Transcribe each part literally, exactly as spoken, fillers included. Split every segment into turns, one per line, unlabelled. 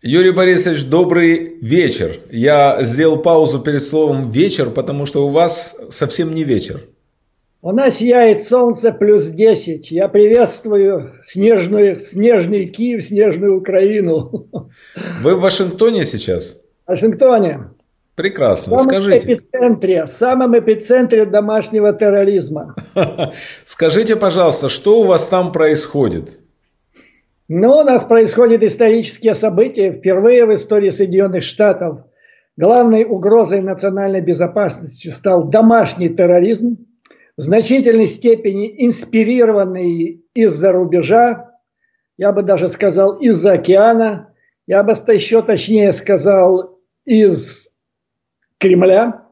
Юрий Борисович, добрый вечер. Я сделал паузу перед словом «вечер», потому что у вас совсем не вечер.
У нас сияет солнце плюс десять. Я приветствую снежную, снежный Киев, снежную Украину.
Вы в Вашингтоне сейчас?
В Вашингтоне.
Прекрасно.
В самом
Скажите.
эпицентре, в самом эпицентре домашнего терроризма.
Скажите, пожалуйста, что у вас там происходит?
Ну, у нас происходят исторические события. Впервые в истории Соединенных Штатов главной угрозой национальной безопасности стал домашний терроризм, в значительной степени инспирированный из-за рубежа, я бы даже сказал из-за океана, я бы еще точнее сказал из Кремля.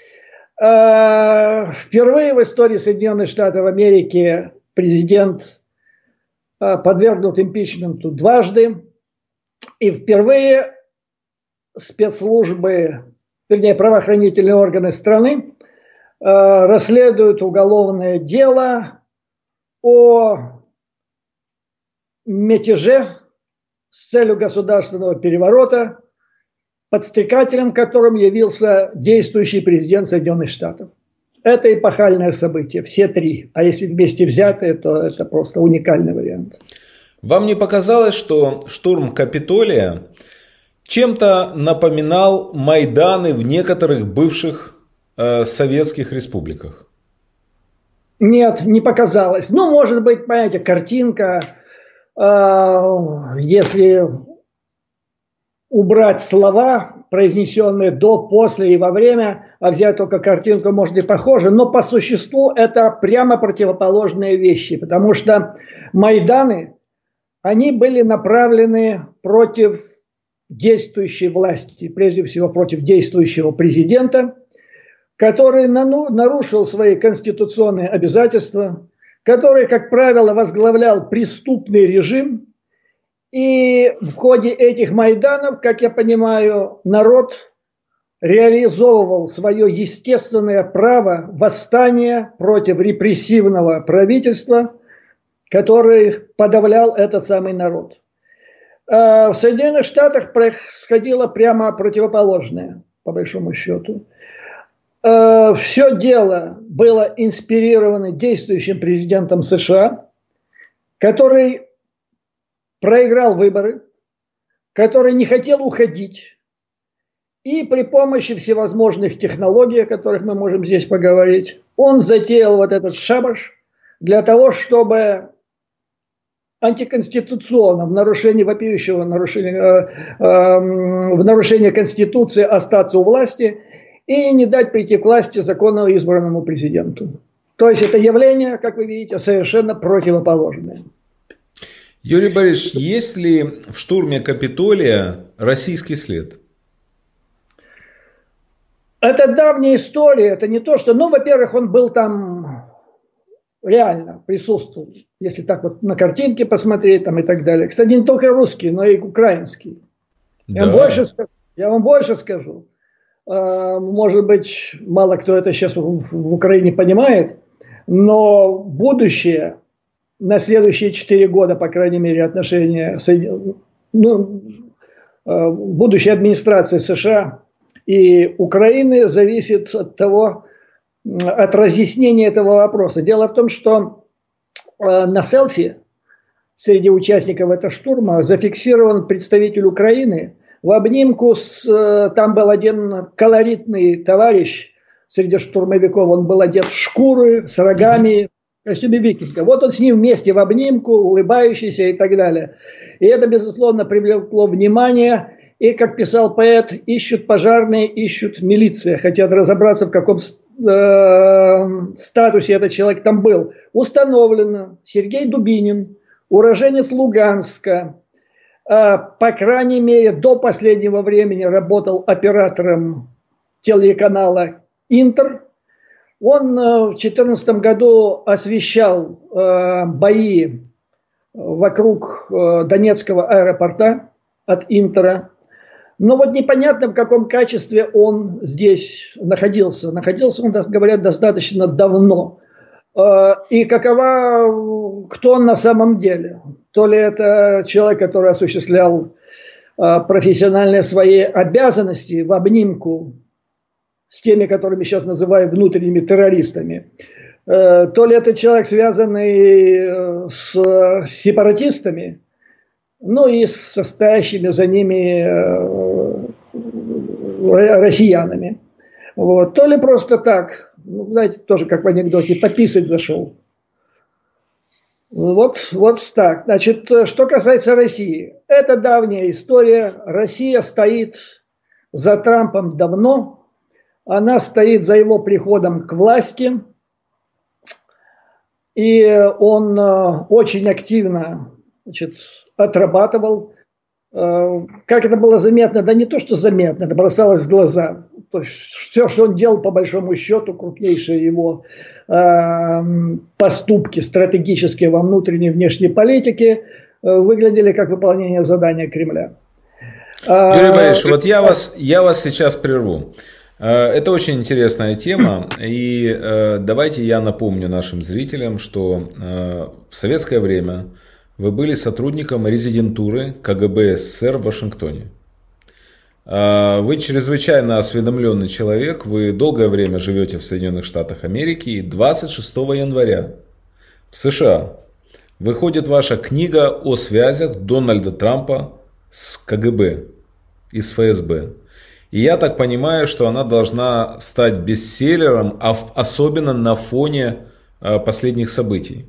Впервые в истории Соединенных Штатов Америки президент подвергнут импичменту дважды. И впервые спецслужбы, вернее, правоохранительные органы страны расследуют уголовное дело о мятеже с целью государственного переворота, подстрекателем которым явился действующий президент Соединенных Штатов. Это эпохальное событие, все три. А если вместе взятые, то это просто уникальный вариант.
Вам не показалось, что штурм Капитолия чем-то напоминал Майданы в некоторых бывших э, советских республиках?
Нет, не показалось. Ну, может быть, понимаете, картинка, э, если убрать слова, произнесенные до, после и во время, а взять только картинку, может, и похоже, но по существу это прямо противоположные вещи, потому что Майданы, они были направлены против действующей власти, прежде всего против действующего президента, который нарушил свои конституционные обязательства, который, как правило, возглавлял преступный режим. И в ходе этих майданов, как я понимаю, народ реализовывал свое естественное право восстания против репрессивного правительства, который подавлял этот самый народ. В Соединенных Штатах происходило прямо противоположное, по большому счету. Все дело было инспирировано действующим президентом США, который проиграл выборы, который не хотел уходить. И при помощи всевозможных технологий, о которых мы можем здесь поговорить, он затеял вот этот шабаш для того, чтобы антиконституционно, в нарушении вопиющего нарушения, э, э, в нарушении Конституции остаться у власти и не дать прийти к власти законно избранному президенту. То есть это явление, как вы видите, совершенно противоположное.
Юрий Борисович, есть ли в штурме Капитолия российский след?
Это давняя история, это не то, что... Ну, во-первых, он был там реально, присутствовал. Если так вот на картинке посмотреть там и так далее. Кстати, не только русский, но и украинский. Да. Я, вам больше, я вам больше скажу. Может быть, мало кто это сейчас в Украине понимает, но будущее... на следующие четыре года, по крайней мере, отношения ну, будущей администрации США и Украины зависит от того, от разъяснения этого вопроса. Дело в том, что на селфи среди участников этого штурма зафиксирован представитель Украины в обнимку с... Там был один колоритный товарищ среди штурмовиков, он был одет в шкуры с рогами, в костюме викинга. Вот он с ним вместе в обнимку, улыбающийся и так далее. И это, безусловно, привлекло внимание. И, как писал поэт, ищут пожарные, ищут милиция. Хотят разобраться, в каком э, статусе этот человек там был. Установлено, Сергей Дубинин, уроженец Луганска, э, по крайней мере, до последнего времени работал оператором телеканала «Интер». Он в две тысячи четырнадцатом году освещал э, бои вокруг э, Донецкого аэропорта от Интера. Но вот непонятно, в каком качестве он здесь находился. Находился он, говорят, достаточно давно. Э, и какова, кто он на самом деле? То ли это человек, который осуществлял профессиональные свои обязанности в обнимку с теми, которыми сейчас называют внутренними террористами. То ли это человек, связанный с сепаратистами, ну и с стоящими за ними россиянами. Вот. То ли просто так, ну, знаете, тоже как в анекдоте, пописать зашел. Вот, вот так. Значит, что касается России. Это давняя история. Россия стоит за Трампом давно. Она стоит за его приходом к власти. И он очень активно, значит, отрабатывал. Как это было заметно? Да не то, что заметно, это бросалось в глаза. То есть все, что он делал, по большому счету, крупнейшие его э, поступки стратегические во внутренней и внешней политике э, выглядели как выполнение задания Кремля.
Юрий Борисович, вот я вас, я вас сейчас прерву. Это очень интересная тема, и давайте я напомню нашим зрителям, что в советское время вы были сотрудником резидентуры КГБ СССР в Вашингтоне. Вы чрезвычайно осведомленный человек, вы долгое время живете в Соединенных Штатах Америки, и двадцать шестого января в США выходит ваша книга о связях Дональда Трампа с КГБ и с ФСБ. И я так понимаю, что она должна стать бестселлером, особенно на фоне последних событий.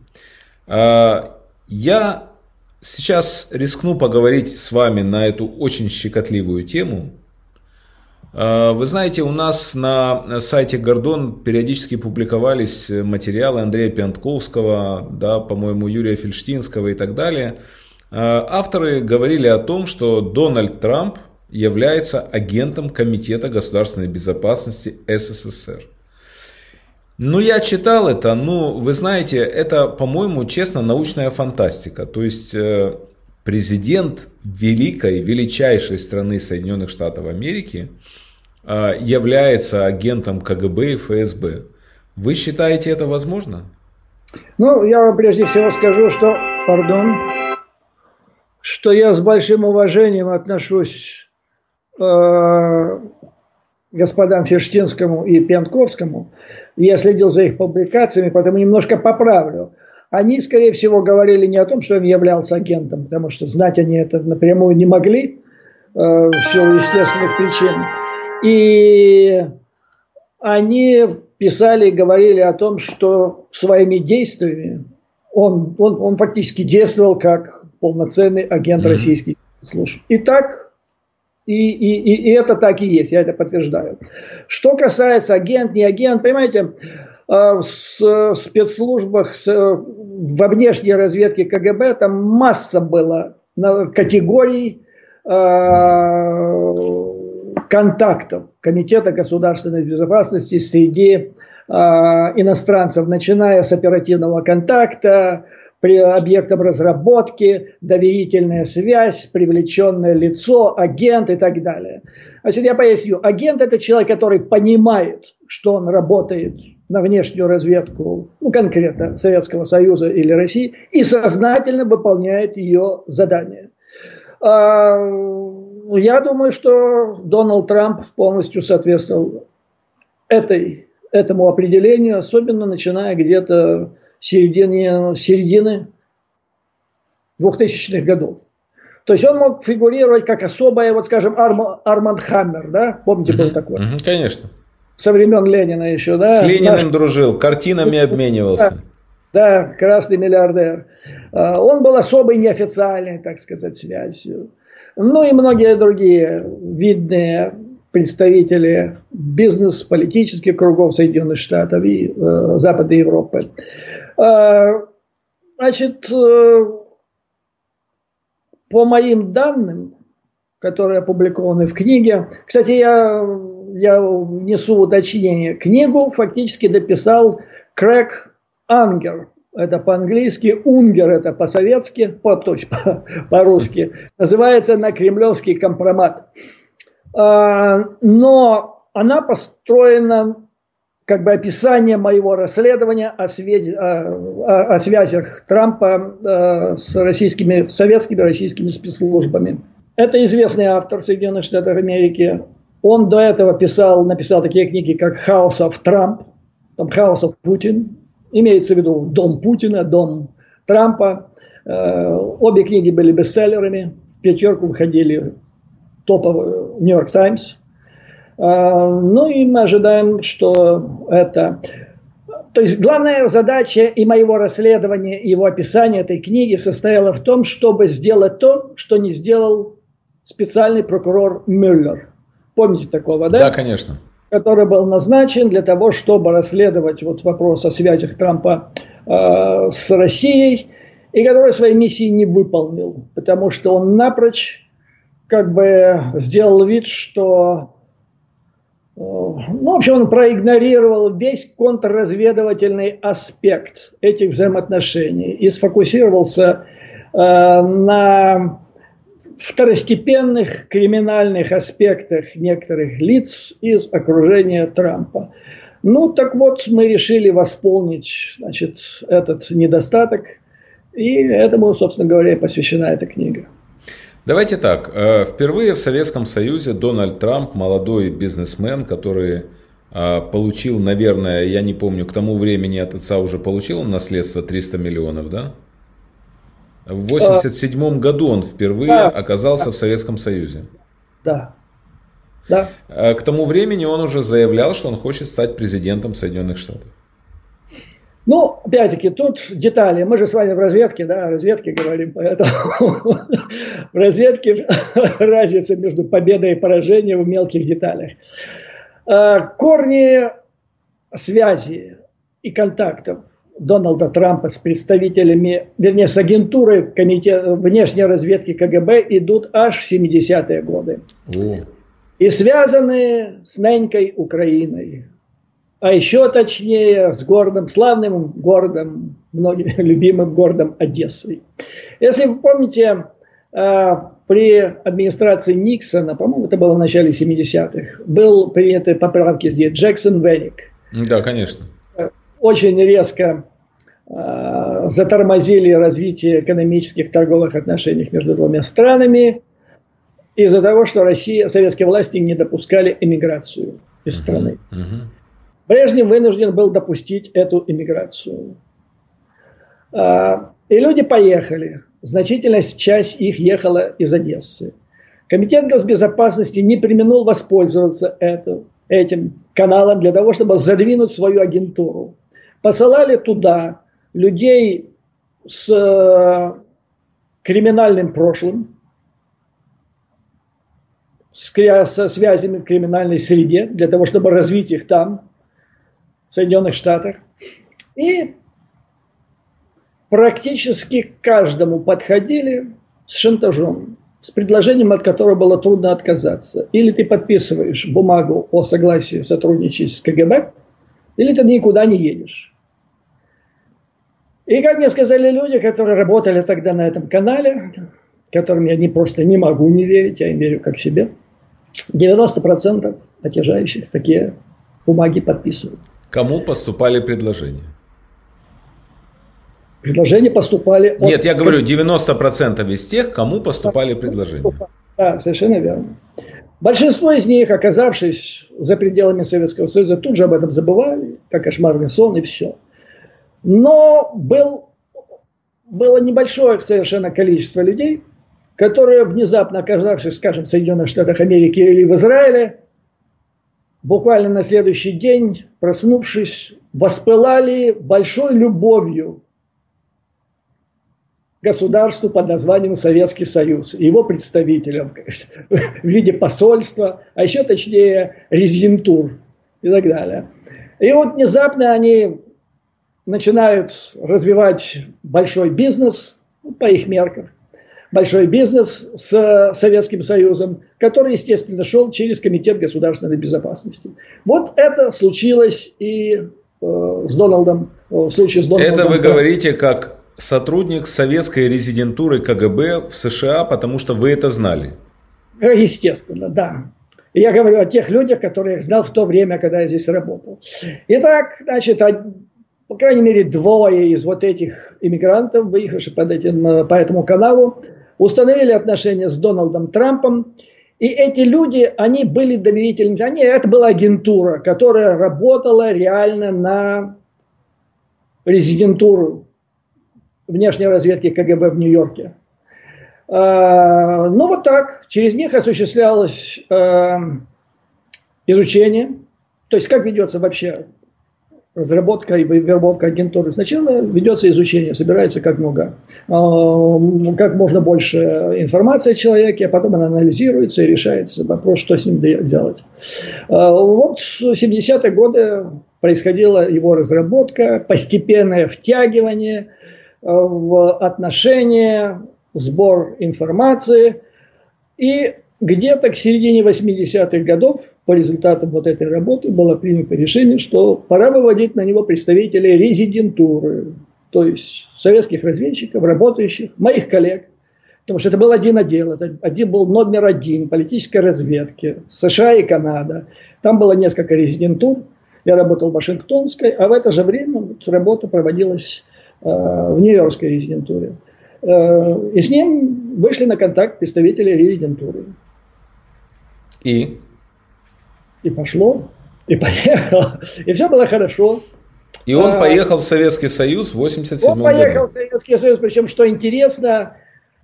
Я сейчас рискну поговорить с вами на эту очень щекотливую тему. Вы знаете, у нас на сайте Гордон периодически публиковались материалы Андрея Пиантковского, да, по-моему, Юрия Фельштинского и так далее. Авторы говорили о том, что Дональд Трамп является агентом Комитета государственной безопасности СССР. Ну, я читал это, ну, вы знаете, это, по-моему, честно, научная фантастика. То есть, э, президент великой, величайшей страны Соединенных Штатов Америки э, является агентом КГБ и ФСБ. Вы считаете это возможно?
Ну, я вам прежде всего скажу, что, пардон, что я с большим уважением отношусь э, господам Фельштинскому и Пиантковскому. Я следил за их публикациями, поэтому немножко поправлю. Они, скорее всего, говорили не о том, что он являлся агентом, потому что знать они это напрямую не могли, э, в силу естественных причин. И они писали и говорили о том, что своими действиями он, он, он фактически действовал как полноценный агент mm-hmm. российских служб. И так... И, и, и это так и есть, я это подтверждаю. Что касается агент, не агент, понимаете, в спецслужбах, во внешней разведке КГБ там масса было категорий контактов Комитета государственной безопасности среди иностранцев, начиная с оперативного контакта, при объектам разработки, доверительная связь, привлеченное лицо, агент и так далее. Значит, я поясню. Агент – это человек, который понимает, что он работает на внешнюю разведку, ну, конкретно Советского Союза или России, и сознательно выполняет ее задания. Я думаю, что Дональд Трамп полностью соответствовал этой, этому определению, особенно начиная где-то середины, середины двухтысячных годов. То есть он мог фигурировать как особая, вот скажем, Арм, Арманд Хаммер, да? Помните, был такой?
Uh-huh, конечно.
Со времен Ленина еще, да?
С Лениным да. дружил, картинами обменивался.
Да, да, красный миллиардер. Он был особой неофициальной, так сказать, связью. Ну и многие другие видные представители бизнес-политических кругов Соединенных Штатов и э, Западной Европы. Значит, по моим данным, которые опубликованы в книге, кстати, я, я внесу уточнение, книгу фактически дописал Крэг Ангер, это по-английски, Унгер это по-советски, по, по-русски, называется «На кремлевский компромат». Но она построена как бы описание моего расследования о, связи, о, о связях Трампа э, с российскими, советскими российскими спецслужбами. Это известный автор Соединенных Штатов Америки. Он до этого писал, написал такие книги, как «House of Trump», там «House of Putin». Имеется в виду «Дом Путина», «Дом Трампа». Обе книги были бестселлерами. В пятерку выходили топовые «Нью-Йорк Таймс». Ну и мы ожидаем, что это... То есть главная задача и моего расследования, и его описания этой книги состояла в том, чтобы сделать то, что не сделал специальный прокурор Мюллер. Помните такого, да?
Да, конечно.
Который был назначен для того, чтобы расследовать вот вопрос о связях Трампа э, с Россией, и который своей миссии не выполнил, потому что он напрочь как бы сделал вид, что... Ну, в общем, он проигнорировал весь контрразведывательный аспект этих взаимоотношений и сфокусировался э, на второстепенных криминальных аспектах некоторых лиц из окружения Трампа. Ну, так вот, мы решили восполнить, значит, этот недостаток, и этому, собственно говоря, и посвящена эта книга.
Давайте так. Впервые в Советском Союзе Дональд Трамп, молодой бизнесмен, который получил, наверное, я не помню, к тому времени от отца уже получил он наследство триста миллионов, да? В восемьдесят седьмом году он впервые да. оказался в Советском Союзе.
Да. Да.
К тому времени он уже заявлял, что он хочет стать президентом Соединенных Штатов.
Ну, опять-таки, тут детали. Мы же с вами в разведке, да, о разведке говорим, поэтому в разведке разница между победой и поражением в мелких деталях. Корни связи и контактов Дональда Трампа с представителями, вернее, с агентурой комитета внешней разведки ка гэ бэ идут аж в семидесятые годы. О. И связаны с ненькой Украиной. А еще точнее с городом, славным городом, многим любимым городом Одессой. Если вы помните, при администрации Никсона, по-моему, это было в начале семидесятых, был приняты поправки здесь Джексон-Веник.
Да, конечно.
Очень резко затормозили развитие экономических торговых отношений между двумя странами из-за того, что Россия, советские власти не допускали эмиграцию из страны. Uh-huh, uh-huh. Брежнев вынужден был допустить эту иммиграцию. И люди поехали. Значительная часть их ехала из Одессы. Комитет госбезопасности не преминул воспользоваться это, этим каналом для того, чтобы задвинуть свою агентуру. Посылали туда людей с криминальным прошлым, со связями в криминальной среде, для того, чтобы развить их там, в Соединенных Штатах. И практически к каждому подходили с шантажом, с предложением, от которого было трудно отказаться. Или ты подписываешь бумагу о согласии сотрудничать с ка гэ бэ, или ты никуда не едешь. И как мне сказали люди, которые работали тогда на этом канале, которым я не просто не могу не верить, я им верю как себе, девяносто процентов отъезжающих такие бумаги подписывают.
Кому поступали предложения?
Предложения поступали... От...
Нет, я говорю, девяносто процентов из тех, кому поступали предложения.
Да, совершенно верно. Большинство из них, оказавшись за пределами Советского Союза, тут же об этом забывали, как кошмарный сон, и все. Но был, было небольшое совершенно количество людей, которые, внезапно оказавшись, скажем, в Соединенных Штатах Америки или в Израиле, буквально на следующий день, проснувшись, воспылали большой любовью к государству под названием Советский Союз, его представителям в виде посольства, а еще точнее резидентур и так далее. И вот внезапно они начинают развивать большой бизнес, по их меркам, большой бизнес с Советским Союзом, который, естественно, шел через Комитет государственной безопасности. Вот это случилось и э, с Дональдом, в случае с Дональдом.
Это вы говорите как сотрудник советской резидентуры ка гэ бэ в США, потому что вы это знали?
Естественно, да. Я говорю о тех людях, которые я знал в то время, когда я здесь работал. Итак, значит, по крайней мере, двое из вот этих иммигрантов, выехавших под этим, по этому каналу, установили отношения с Дональдом Трампом. И эти люди, они были доверительными. Они, это была агентура, которая работала реально на резидентуру внешней разведки КГБ в Нью-Йорке. Ну вот так, через них осуществлялось изучение. То есть как ведется вообще разработка и вербовка агентуры. Сначала ведется изучение, собирается как много, как можно больше информации о человеке, а потом она анализируется и решается вопрос, что с ним делать. Вот в семидесятые годы происходила его разработка, постепенное втягивание в отношения, сбор информации. И где-то к середине восьмидесятых годов по результатам вот этой работы было принято решение, что пора выводить на него представителей резидентуры, то есть советских разведчиков, работающих, моих коллег. Потому что это был один отдел, это один был номер один политической разведки, США и Канада. Там было несколько резидентур, я работал в Вашингтонской, а в это же время работа проводилась э, в Нью-Йоркской резидентуре. Э, и с ним вышли на контакт представители резидентуры.
И?
И пошло, и поехало, и все было хорошо.
И он а, поехал в Советский Союз в восемьдесят седьмом году.
Он поехал году. в Советский Союз, причем, что интересно,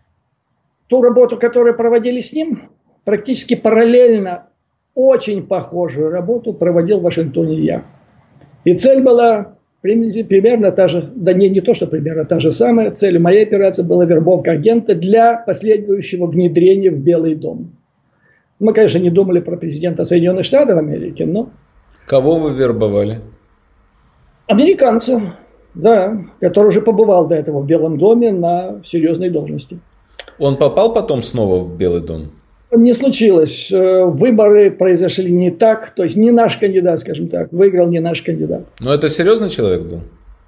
ту работу, которую проводили с ним, практически параллельно, очень похожую работу проводил в Вашингтоне я. И цель была примерно та же, да не, не то, что примерно та же самая, цель моей операции была вербовка агента для последующего внедрения в Белый дом. Мы, конечно, не думали про президента Соединенных Штатов Америки, но...
Кого вы вербовали?
Американца, да, который уже побывал до этого в Белом доме на серьезной должности.
Он попал потом снова в Белый дом?
Не случилось. Выборы произошли не так, то есть не наш кандидат, скажем так, выиграл не наш кандидат.
Но это серьезный человек был?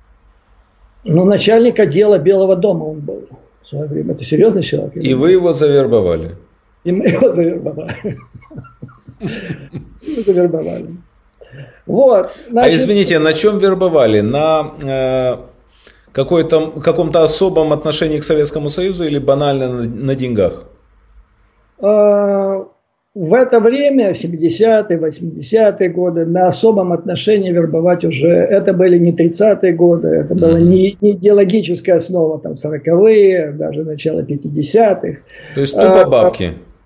Ну, начальник отдела Белого дома он был в свое время. Это серьезный человек.
И вы его завербовали?
И мы его завербовали. Завербовали. Вот.
А извините, на чем вербовали? На э, какой-то, каком-то особом отношении к Советскому Союзу или банально на, на деньгах?
Э, в это время, в семидесятые, восьмидесятые годы, на особом отношении вербовать уже, это были не тридцатые годы, это была mm-hmm. не, не идеологическая основа, там сороковые, даже начало пятидесятых.
То есть тупо бабки?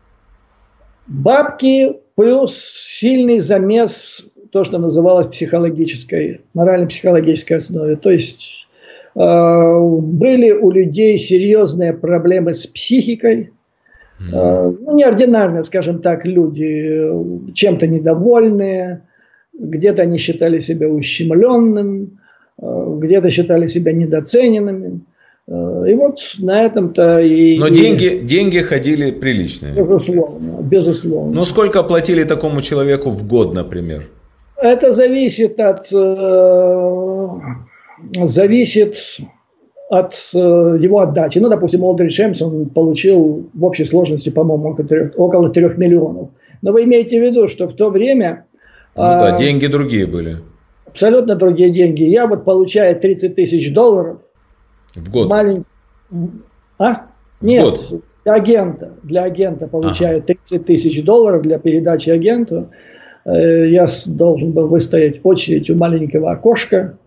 Бабки плюс сильный замес, то, что называлось психологической, морально-психологической основе. То есть э, были у людей серьезные проблемы с психикой. Э, ну, неординарные, скажем так, люди, чем-то недовольные, где-то они считали себя ущемленным, э, где-то считали себя недооцененными. И вот на этом-то и...
Но деньги, деньги ходили приличные.
Безусловно, безусловно.
Ну, сколько платили такому человеку в год, например?
Это зависит от... Э, зависит от э, его отдачи. Ну, допустим, Олдридж Эмсон получил в общей сложности, по-моему, около трех миллионов. Но вы имеете в виду, что в то время...
Ну э, да, деньги другие были.
Абсолютно другие деньги. Я вот получаю тридцать тысяч долларов.
В год?
Малень... А? Нет, год. Для агента. Для агента получаю ага. тридцать тысяч долларов для передачи агенту. Я должен был выстоять очередь у маленького окошка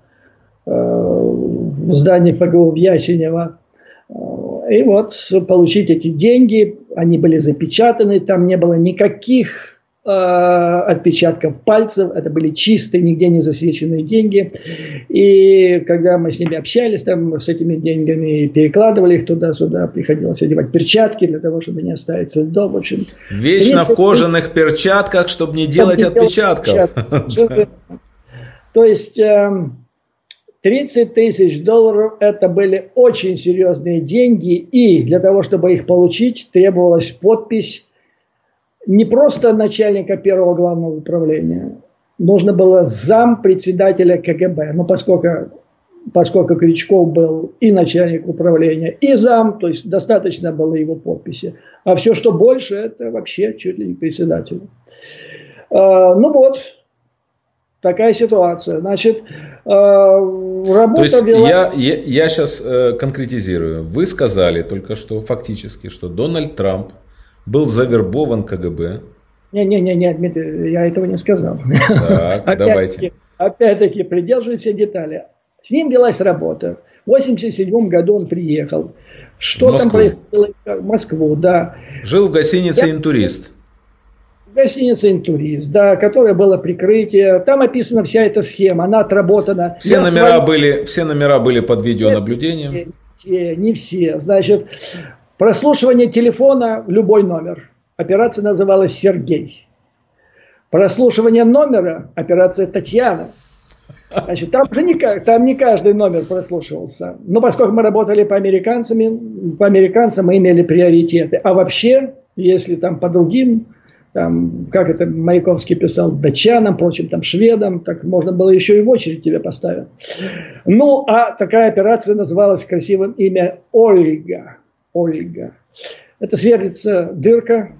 в здании ПГУ в Ясенево. И вот получить эти деньги. Они были запечатаны. Там не было никаких отпечатков пальцев, это были чистые, нигде не засвеченные деньги. И когда мы с ними общались, там, с этими деньгами перекладывали их туда-сюда, приходилось одевать перчатки для того, чтобы не оставить следов. В общем,
вечно в кожаных перчатках, чтобы не делать отпечатков.
То есть тридцать тысяч долларов это были очень серьезные деньги, и для того, чтобы их получить, требовалась подпись не просто начальника первого главного управления, нужно было зам председателя КГБ. Но поскольку, поскольку Крючков был и начальник управления, и зам, то есть достаточно было его подписи. А все, что больше, это вообще чуть ли не председатель. А, ну вот, такая ситуация. Значит, работа
То есть
велась...
я, я, я сейчас э, конкретизирую. Вы сказали только что фактически, что Дональд Трамп был завербован КГБ.
Не-не-не, Дмитрий, я этого не сказал.
Так, давайте.
Опять-таки, придерживайтесь все детали. С ним велась работа. В восемьдесят седьмом году он приехал. Что там происходило? В Москву, да.
Жил в гостинице я... «Интурист».
Гостиница «Интурист», да, которая была прикрытие. Там описана вся эта схема, она отработана.
Все, номера, свои... были, все номера были под видеонаблюдением?
Не все, не все. Значит, прослушивание телефона, любой номер. Операция называлась «Сергей». Прослушивание номера, операция «Татьяна». Значит, там же не, там не каждый номер прослушивался. Но поскольку мы работали по американцам, по американцам мы имели приоритеты. А вообще, если там по другим, там, как это Маяковский писал, датчанам, прочим там шведам, так можно было еще и в очередь тебя поставить. Ну, а такая операция называлась красивым имя Ольга. Ольга. Это сверлится дырка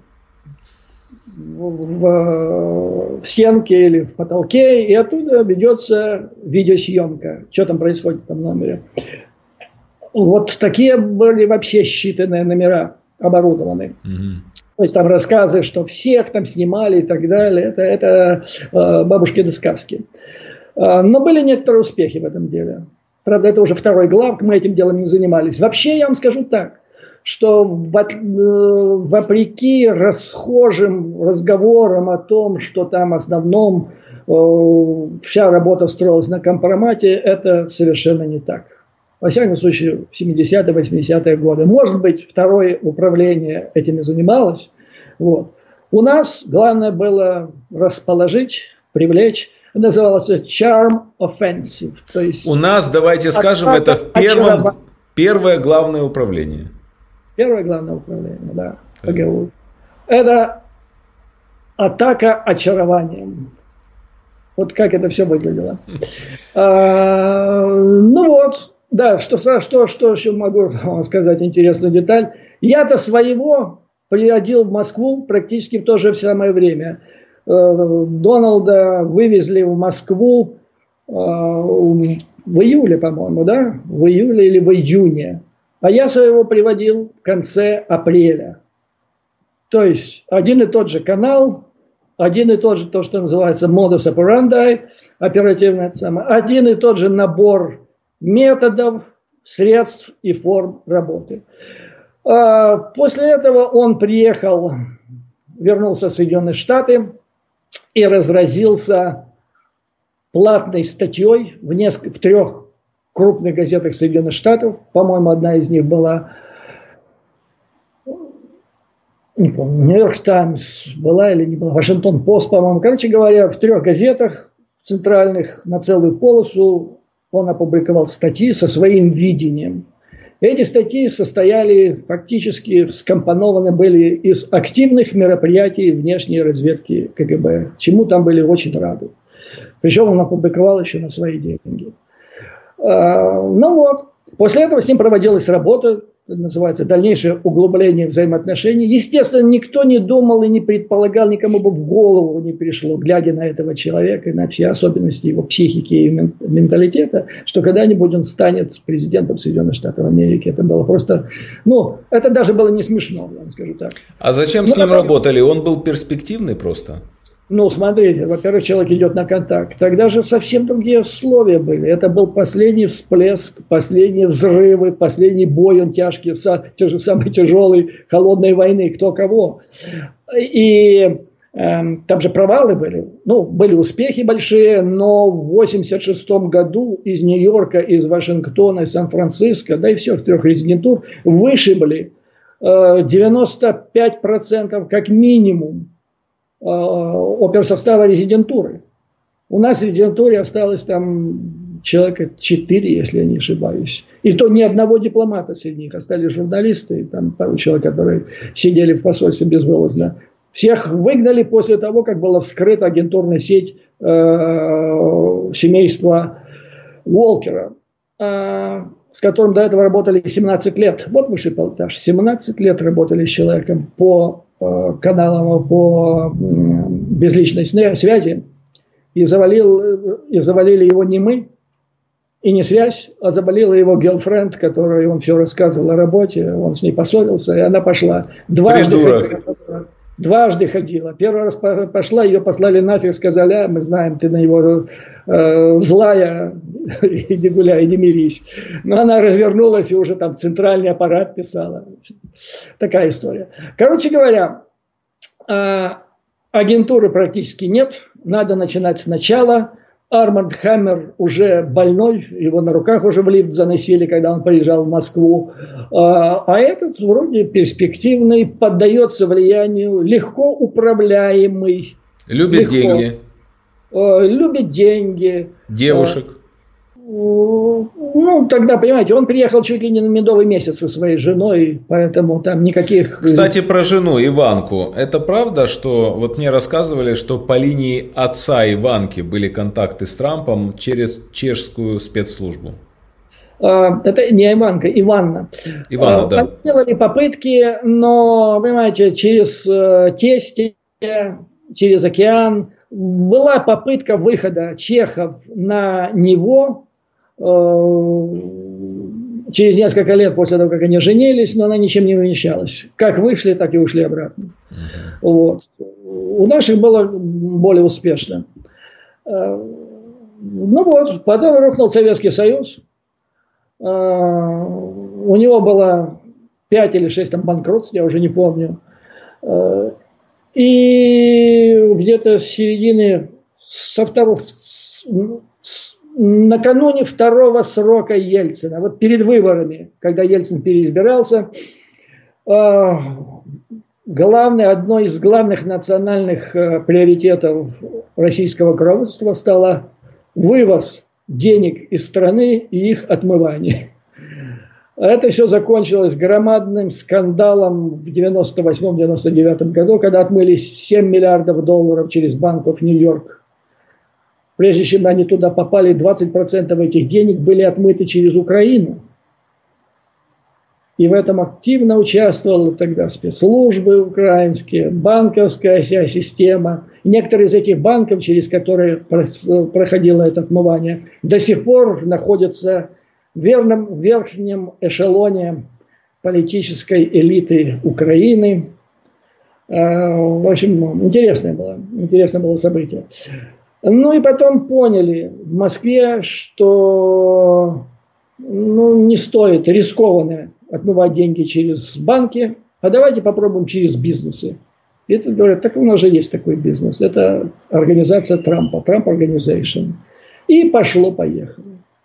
в, в стенке или в потолке, и оттуда ведется видеосъемка. Что там происходит в этом номере. Вот такие были вообще считанные номера оборудованы. Mm-hmm. То есть там рассказы, что всех там снимали и так далее. Это, это э, бабушкины сказки. Э, но были некоторые успехи в этом деле. Правда, это уже второй глав, мы этим делом не занимались. Вообще, я вам скажу так, что вопреки расхожим разговорам о том, что там в основном э, вся работа строилась на компромате, это совершенно не так. Во всяком случае, в семидесятые, восьмидесятые годы. Может быть, второе управление этими занималось. Вот. У нас главное было расположить, привлечь. Это называлось charm offensive. То есть,
у нас, давайте скажем, это в первом, первое главное управление. Первое
главное управление, да. Okay. Это атака очарованием. Вот как это все выглядело. а, ну вот. Да, что, что, что еще могу сказать, интересную деталь. Я-то своего приходил в Москву практически в то же самое время. Дональда вывезли в Москву в июле, по-моему, да? В июле или в июне. А я своего приводил в конце апреля. То есть один и тот же канал, один и тот же, то, что называется modus operandi, оперативное самое, один и тот же набор методов, средств и форм работы. После этого он приехал, вернулся в Соединенные Штаты и разразился платной статьей в, несколько, в трех крупных газетах Соединенных Штатов. По-моему, одна из них была, не помню, Нью-Йорк Таймс была или не была, Вашингтон Пост, по-моему. Короче говоря, в трех газетах центральных на целую полосу он опубликовал статьи со своим видением. Эти статьи состояли, фактически скомпонованы были из активных мероприятий внешней разведки КГБ, чему там были очень рады. Причем он опубликовал еще на свои деньги. Ну вот, после этого с ним проводилась работа, называется дальнейшее углубление взаимоотношений. Естественно, никто не думал и не предполагал, никому бы в голову не пришло, глядя на этого человека и на все особенности его психики и менталитета, что когда-нибудь он станет президентом Соединенных Штатов Америки. Это было просто, ну, это даже было не смешно, я вам скажу так.
А зачем с ним работали? Он был перспективный просто?
Ну, смотрите, во-первых, человек идет на контакт. Тогда же совсем другие условия были. Это был последний всплеск, последние взрывы, последний бой, он тяжкий, самый тяжелый, холодной войны, кто кого. И э, там же провалы были. Ну, были успехи большие, но в восемьдесят шестом году из Нью-Йорка, из Вашингтона, из Сан-Франциско, да и всех трех резидентур вышибли э, девяносто пять процентов как минимум оперсостава резидентуры. У нас в резидентуре осталось там человека четыре, если я не ошибаюсь. И то ни одного дипломата среди них. Остались журналисты, там пару человек, которые сидели в посольстве безвылазно. Всех выгнали после того, как была вскрыта агентурная сеть э, семейства Уолкера, э, с которым до этого работали семнадцать лет. Вот высший пилотаж. семнадцать лет работали с человеком по каналам, по безличной связи. и, завалил, и завалили его не мы, и не связь, а заболела его герлфренд, которой он все рассказывал о работе, он с ней поссорился, и она пошла. Дважды ходила, дважды ходила. Первый раз пошла, ее послали нафиг, сказали, а, мы знаем, ты на него э, злая, иди гуляй, иди мирись. Но она развернулась и уже там центральный аппарат писала. Такая история. Короче говоря, э, агентуры практически нет, надо начинать сначала. Арманд Хаммер уже больной, его на руках уже в лифт заносили, когда он приезжал в Москву. А этот вроде перспективный, поддается влиянию, легко управляемый.
Любит легко, деньги.
Любит деньги.
Девушек.
Ну, тогда, понимаете, он приехал чуть ли не на медовый месяц со своей женой, поэтому там никаких...
Кстати, про жену Иванку. Это правда, что вот мне рассказывали, что по линии отца Иванки были контакты с Трампом через чешскую спецслужбу?
Это не Иванка, Иванна.
Иванна, да.
Делали попытки, но, понимаете, через тестя, через океан была попытка выхода чехов на него через несколько лет после того, как они женились, но она ничем не увенчалась. Как вышли, так и ушли обратно. Uh-huh. Вот. У наших было более успешно. Ну вот, потом рухнул Советский Союз. У него было пять или шесть там банкротств, я уже не помню. И где-то с середины, со второго, накануне второго срока Ельцина, вот перед выборами, когда Ельцин переизбирался, главное, одно из главных национальных приоритетов российского руководства стало вывоз денег из страны и их отмывание. Это все закончилось громадным скандалом в девяносто восьмом — девяносто девятом году, когда отмыли семь миллиардов долларов через банков Нью-Йорк. Прежде чем они туда попали, двадцать процентов этих денег были отмыты через Украину. И в этом активно участвовали тогда спецслужбы украинские, банковская вся система. И некоторые из этих банков, через которые проходило это отмывание, до сих пор находятся в верном, верхнем эшелоне политической элиты Украины. В общем, интересное было, интересное было событие. Ну и потом поняли в Москве, что ну, не стоит, рискованно отмывать деньги через банки, а давайте попробуем через бизнесы. И это говорят, так у нас же есть такой бизнес. Это организация Трампа, Trump Organization. И пошло-поехало.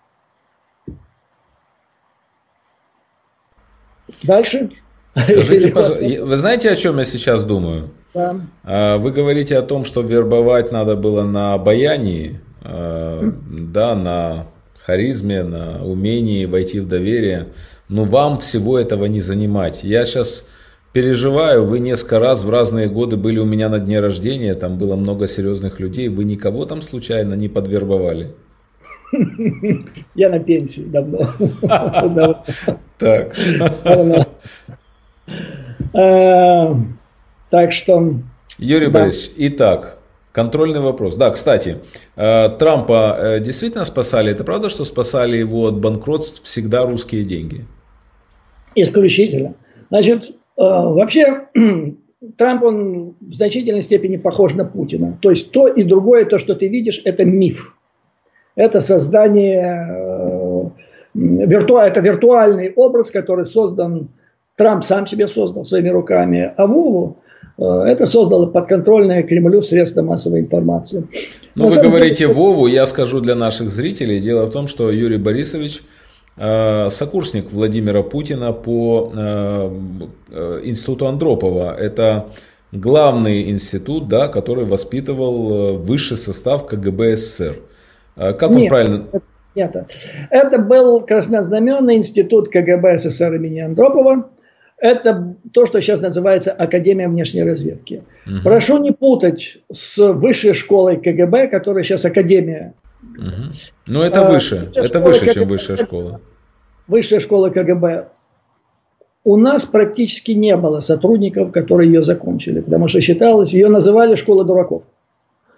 Дальше.
Скажите, пожалуйста, вы знаете, о чем я сейчас думаю?
Да.
Вы говорите о том, что вербовать надо было на обаянии, да, на харизме, на умении войти в доверие. Но вам всего этого не занимать. Я сейчас переживаю, вы несколько раз в разные годы были у меня на дне рождения, там было много серьезных людей. Вы никого там случайно не подвербовали?
Я на пенсии давно.
Так.
Так что...
Юрий Борисович, итак, контрольный вопрос. Да, кстати, Трампа действительно спасали? Это правда, что спасали его от банкротств всегда русские деньги?
Исключительно. Значит, вообще Трамп, он в значительной степени похож на Путина. То есть то и другое, то, что ты видишь, это миф. Это создание, вирту, это виртуальный образ, который создан, Трамп сам себе создал своими руками, а Вову это создало подконтрольное Кремлю средства массовой информации.
Ну, вы говорите Вову, я скажу для наших зрителей. Дело в том, что Юрий Борисович э, сокурсник Владимира Путина по э, институту Андропова. Это главный институт, да, который воспитывал высший состав КГБ СССР. Как он
нет,
правильно...
Нет, это был краснознаменный институт КГБ СССР имени Андропова. Это то, что сейчас называется Академия внешней разведки. Угу. Прошу не путать с высшей школой КГБ, которая сейчас Академия.
Угу. Ну, это выше. А, это выше, КГБ, чем высшая школа.
Высшая школа КГБ. У нас практически не было сотрудников, которые ее закончили. Потому что считалось, ее называли школа дураков.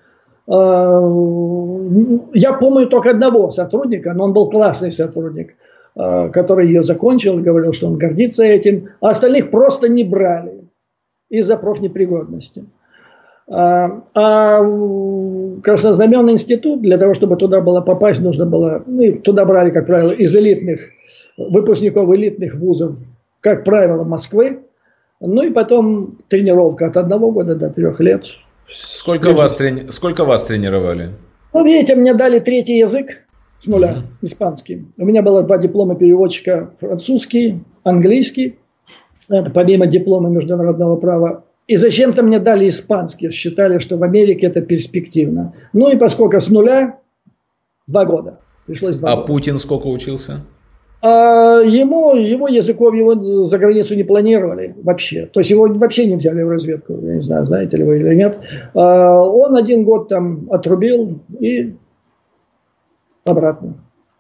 Я помню только одного сотрудника, но он был классный сотрудник, который ее закончил, говорил, что он гордится этим, а остальных просто не брали из-за профнепригодности. А Краснознаменный институт, для того, чтобы туда было попасть, нужно было, ну, туда брали, как правило, из элитных, выпускников элитных вузов, как правило, Москвы. Ну и потом тренировка от одного года до трех лет.
Сколько вас, трени... Сколько вас тренировали?
Ну, видите, мне дали третий язык с нуля, uh-huh. испанский. У меня было два диплома переводчика: французский, английский. Это помимо диплома международного права. И зачем-то мне дали испанский. Считали, что в Америке это перспективно. Ну и поскольку с нуля, два года. Пришлось два
а
года.
Путин сколько учился?
А ему, его языков его за границу не планировали вообще. То есть его вообще не взяли в разведку. Я не знаю, знаете ли вы или нет. А он один год там отрубил и обратно.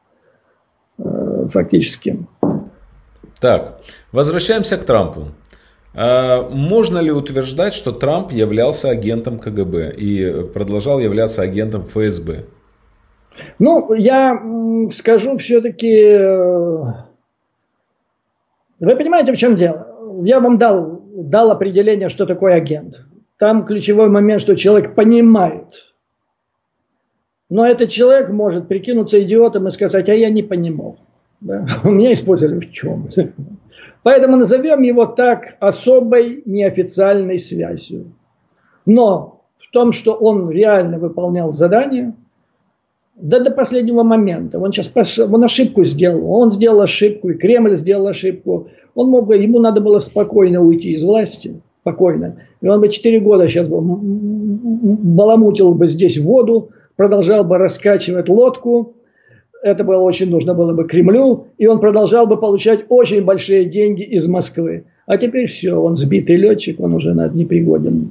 Фактически.
Так, возвращаемся к Трампу. Можно ли утверждать, что Трамп являлся агентом ка гэ бэ и продолжал являться агентом эф эс бэ?
Ну, я скажу все-таки... Вы понимаете, в чем дело? Я вам дал, дал определение, что такое агент. Там ключевой момент, что человек понимает. Но этот человек может прикинуться идиотом и сказать: а я не понимал. Да? Меня использовали в чем? Поэтому назовем его так: особой неофициальной связью. Но в том, что он реально выполнял задание, да до последнего момента. Он сейчас он ошибку сделал. Он сделал ошибку, и Кремль сделал ошибку. Он мог бы, ему надо было спокойно уйти из власти. Спокойно. И он бы четыре года сейчас бы баламутил бы здесь воду, продолжал бы раскачивать лодку. Это было очень нужно было бы Кремлю. И он продолжал бы получать очень большие деньги из Москвы. А теперь все. Он сбитый летчик, он уже непригоден.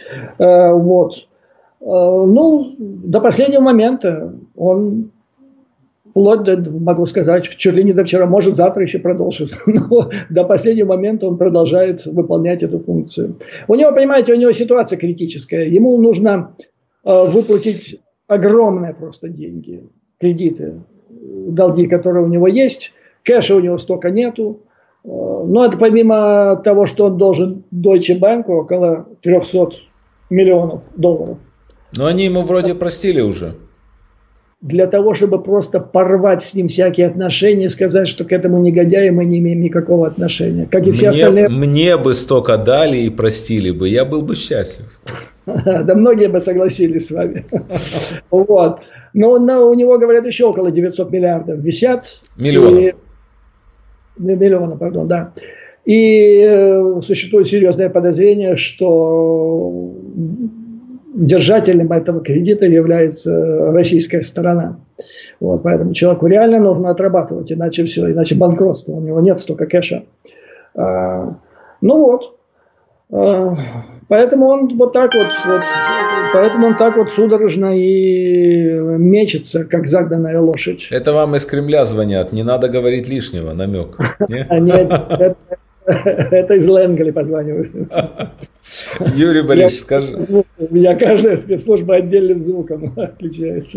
Вот. Ну, до последнего момента он, вплоть до, могу сказать, чуть ли не до вчера, может завтра еще продолжит, но до последнего момента он продолжает выполнять эту функцию. У него, понимаете, у него ситуация критическая. Ему нужно э, выплатить огромные просто деньги, кредиты, долги, которые у него есть. Кэша у него столько нету. Но это помимо того, что он должен Deutsche Bank около триста миллионов долларов.
Но они ему вроде простили уже.
Для того, чтобы просто порвать с ним всякие отношения и сказать, что к этому негодяю мы не имеем никакого отношения. Как и все
мне,
остальные.
Мне бы столько дали и простили бы, я был бы счастлив.
Да многие бы согласились с вами. Вот. Но у него, говорят, еще около девятьсот миллиардов висят.
Миллионов.
Миллионов, пардон, да. И существует серьезное подозрение, что держателем этого кредита является российская сторона. Вот, поэтому человеку реально нужно отрабатывать, иначе все, иначе банкротство. У него нет столько кэша. А, ну вот. А, поэтому он вот так вот, вот, поэтому он так вот судорожно и мечется, как загнанная лошадь.
Это вам из Кремля звонят, не надо говорить лишнего, намек.
Нет, это из Ленгли позванивают.
Юрий Борисович, скажи.
У меня каждая спецслужба отдельным звуком отличается.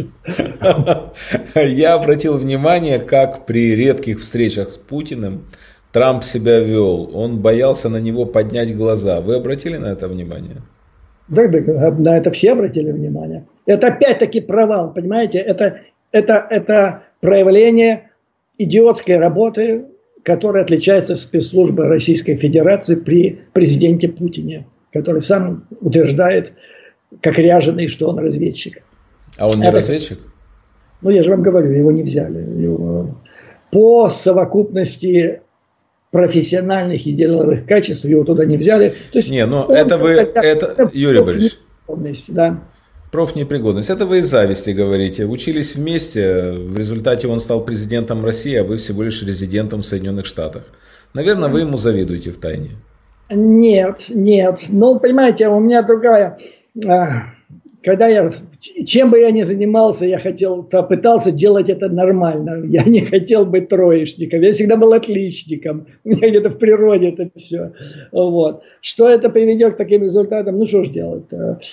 Я обратил внимание, как при редких встречах с Путиным Трамп себя вел. Он боялся на него поднять глаза. Вы обратили на это внимание?
Да, да, на это все обратили внимание. Это опять-таки провал, понимаете? Это, это, это проявление идиотской работы, которая отличается от спецслужбы Российской Федерации при президенте Путине, который сам утверждает, как ряженый, что он разведчик.
А он не Это, разведчик?
Ну, я же вам говорю, его не взяли. Его, по совокупности профессиональных и деловых качеств его туда не взяли. То есть
не, ну это вы, это, Юрий Борисович,
да.
профнепригодность. Это вы из зависти говорите. Учились вместе, в результате он стал президентом России, а вы всего лишь резидентом в Соединенных Штатах. Наверное, вы ему завидуете втайне.
Нет, нет. Ну, понимаете, у меня другая... Когда я... Чем бы я ни занимался, я хотел, пытался делать это нормально. Я не хотел быть троечником. Я всегда был отличником. У меня где-то в природе это все. Вот. Что это приведет к таким результатам? Ну, что ж делать-то?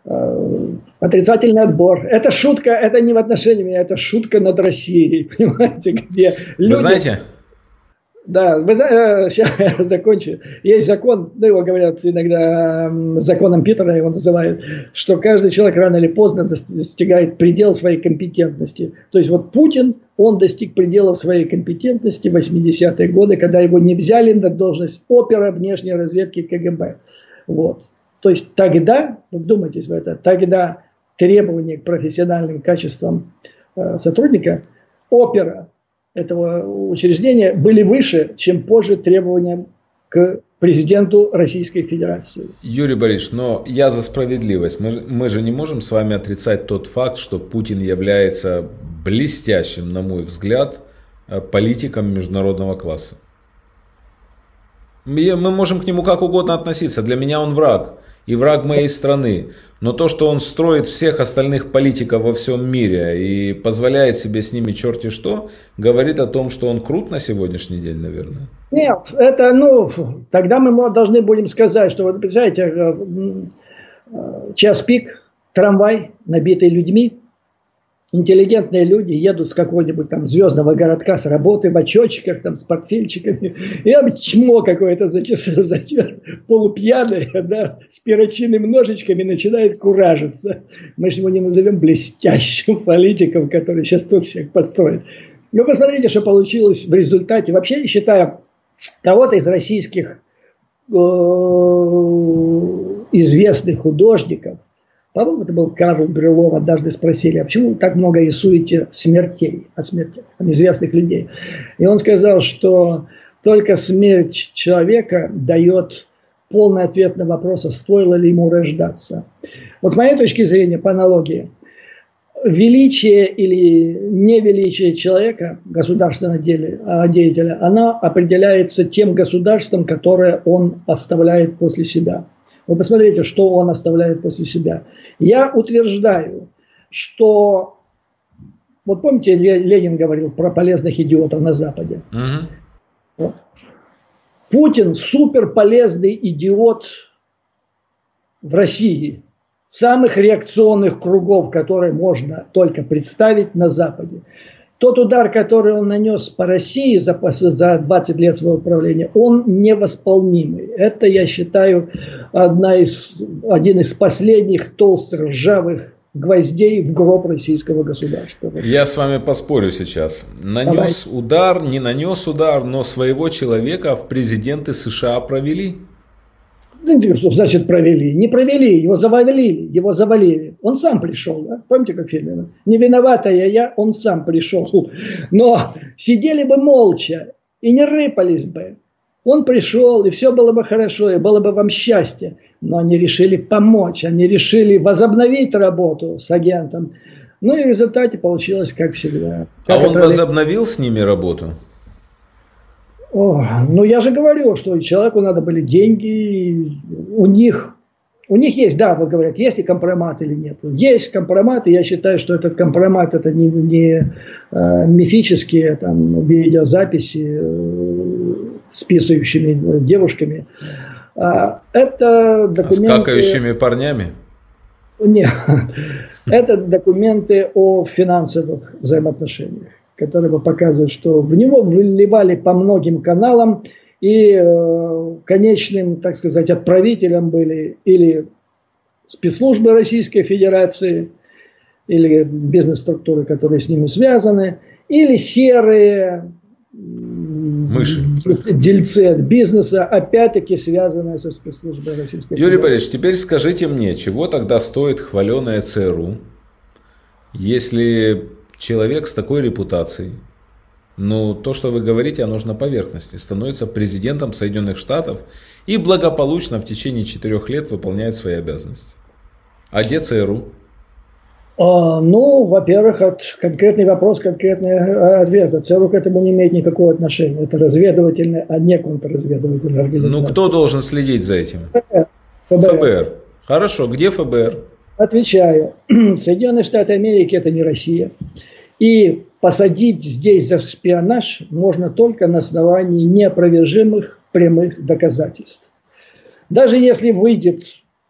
отрицательный отбор. Это шутка, это не в отношении меня, это шутка над Россией, понимаете, где люди...
Вы знаете...
Да, вы, э, сейчас я закончу. Есть закон, ну его говорят иногда законом Питера, его называют, что каждый человек рано или поздно достигает предела своей компетентности. То есть вот Путин, он достиг пределов своей компетентности в восьмидесятые годы, когда его не взяли на должность опера внешней разведки КГБ. Вот. То есть тогда, вдумайтесь в это, тогда требования к профессиональным качествам э, сотрудника опера этого учреждения были выше, чем позже требования к президенту Российской Федерации.
Юрий Борисович, но я за справедливость. Мы, мы же не можем с вами отрицать тот факт, что Путин является блестящим, на мой взгляд, политиком международного класса. Мы можем к нему как угодно относиться. Для меня он враг. И враг моей страны. Но то, что он строит всех остальных политиков во всем мире и позволяет себе с ними черти что, говорит о том, что он крут на сегодняшний день, наверное.
Нет, это, ну, тогда мы должны будем сказать, что, вот, представляете, час пик, трамвай, набитый людьми, интеллигентные люди едут с какого-нибудь там звездного городка с работы в очочках, там, с портфельчиками. И там чмо какое-то зачесано, полупьяное, да, с перочинными ножичками начинает куражиться. Мы же его не назовем блестящим политиком, который сейчас тут всех построит. Но посмотрите, что получилось в результате. Вообще, я считаю, кого-то из российских э, известных художников, по-моему, это был Карл Брюлов, однажды спросили, а почему вы так много рисуете смертей, о смерти, известных людей? И он сказал, что только смерть человека дает полный ответ на вопрос, стоило ли ему рождаться. Вот с моей точки зрения, по аналогии, величие или невеличие человека, государственного деятеля, оно определяется тем государством, которое он оставляет после себя. Вы посмотрите, что он оставляет после себя. Я утверждаю, что... Вот помните, Ленин говорил про полезных идиотов на Западе? Uh-huh. Вот. Путин суперполезный идиот в России. Самых реакционных кругов, которые можно только представить на Западе. Тот удар, который он нанес по России за, за двадцать лет своего правления, он невосполнимый. Это, я считаю, одна из, один из последних толстых ржавых гвоздей в гроб российского государства.
Я с вами поспорю сейчас. Нанес Давай. удар, не нанес удар, но своего человека в президенты США провели.
Что значит провели? Не провели, его завалили, его завалили. Он сам пришел, да? Помните, как в фильме? Не виноватая я, он сам пришел. Но сидели бы молча и не рыпались бы. Он пришел, и все было бы хорошо, и было бы вам счастье. Но они решили помочь, они решили возобновить работу с агентом. Ну и в результате получилось, как всегда.
Как а он
это...
возобновил с ними работу?
О, ну я же говорил, что человеку надо были деньги, у них, у них есть, да, вы говорят, есть ли компромат или нет. Есть компромат, и я считаю, что этот компромат это не, не э, мифические там, видеозаписи э, с писающими девушками. А, это документы...
А с какающими парнями?
Нет, это документы о финансовых взаимоотношениях, которые показывают, что в него выливали по многим каналам, и э, конечным, так сказать, отправителем были или спецслужбы Российской Федерации, или бизнес-структуры, которые с ними связаны, или серые
мыши,
дельцы от бизнеса, опять-таки связанные со спецслужбой Российской
Юрий
Федерации.
Борисович, теперь скажите мне, чего тогда стоит хваленая ЦРУ, если... человек с такой репутацией, ну, то, что вы говорите, оно же на поверхности, становится президентом Соединенных Штатов и благополучно в течение четырех лет выполняет свои обязанности. А где ЦРУ?
А, ну, во-первых, от, конкретный вопрос, конкретный ответ. ЦРУ к этому не имеет никакого отношения. Это разведывательная, а не контрразведывательная организация.
Ну, кто должен следить за этим?
ФБР.
ФБР. Хорошо, где ФБР?
Отвечаю. Соединенные Штаты Америки – это не Россия. И посадить здесь за шпионаж можно только на основании неопровержимых прямых доказательств. Даже если выйдет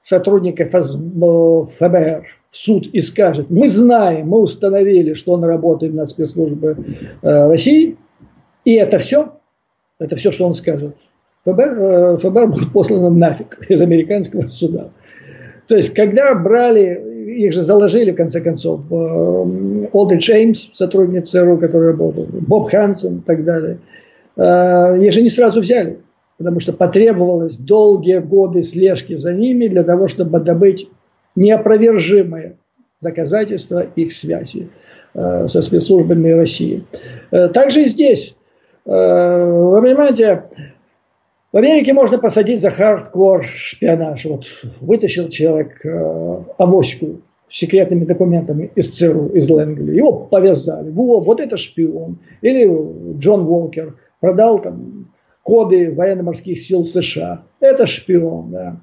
сотрудник эф эс бэ эр в суд и скажет: мы знаем, мы установили, что он работает на спецслужбы э, России, и это все, это все, что он скажет. эф бэ эр, э, эф бэ эр будет послано нафиг из американского суда. То есть, когда брали, их же заложили, в конце концов, э, Олдридж Эймс, сотрудник ЦРУ, который работал, Боб Хансен и так далее, э, их же не сразу взяли, потому что потребовалось долгие годы слежки за ними для того, чтобы добыть неопровержимые доказательства их связи э, со спецслужбами России. Э, также и здесь. Э, вы понимаете, в Америке можно посадить за хардкор шпионаж. Вот вытащил человек э, авоську с секретными документами из ЦРУ, из Лэнгли. Его повязали. Во, вот это шпион. Или Джон Уолкер продал там коды военно-морских сил США. Это шпион, да.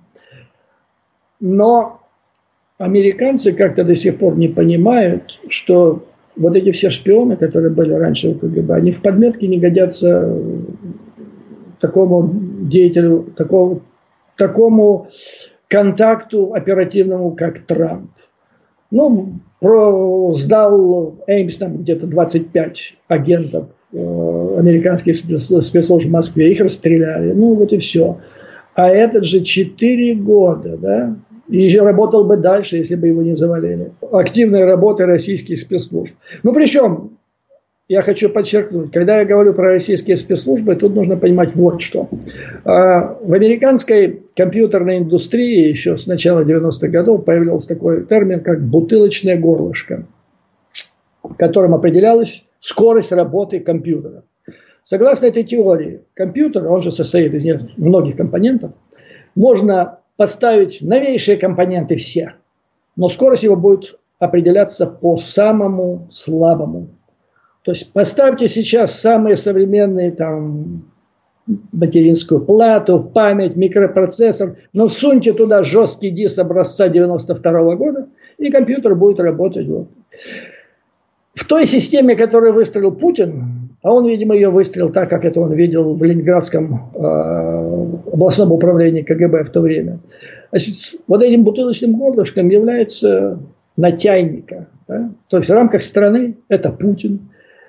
Но американцы как-то до сих пор не понимают, что вот эти все шпионы, которые были раньше в ка гэ бэ, они в подметке не годятся такому деятелю, такому, такому контакту оперативному, как Трамп. Ну, про, сдал Эймс там где-то двадцать пять агентов э, американских спецслужб в Москве, их расстреляли, ну вот и все. А этот же четыре года, да, и работал бы дальше, если бы его не завалили. Активной работы российских спецслужб. Ну, причем, я хочу подчеркнуть, когда я говорю про российские спецслужбы, тут нужно понимать вот что. В американской компьютерной индустрии еще с начала девяностых годов появился такой термин, как бутылочное горлышко, которым определялась скорость работы компьютера. Согласно этой теории, компьютер, он же состоит из многих компонентов, можно поставить новейшие компоненты все, но скорость его будет определяться по самому слабому. То есть поставьте сейчас самые современные там материнскую плату, память, микропроцессор, но всуньте туда жесткий диск образца девяносто второго года, и компьютер будет работать. Вот. В той системе, которую выстроил Путин, а он, видимо, ее выстроил так, как это он видел в Ленинградском э, областном управлении ка гэ бэ в то время. Значит, вот этим бутылочным горлышком является натяйника. Да? То есть в рамках страны это Путин.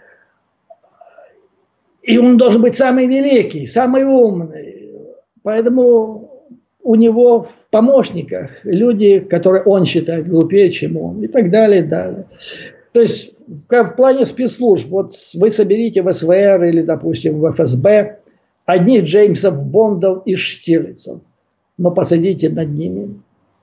И он должен быть самый великий, самый умный. Поэтому у него в помощниках люди, которые он считает глупее, чем он. И так далее, и далее. То есть в плане спецслужб, вот вы соберите в эс вэ эр или, допустим, в эф эс бэ одних Джеймсов Бондов и Штирлицев, но посадите над ними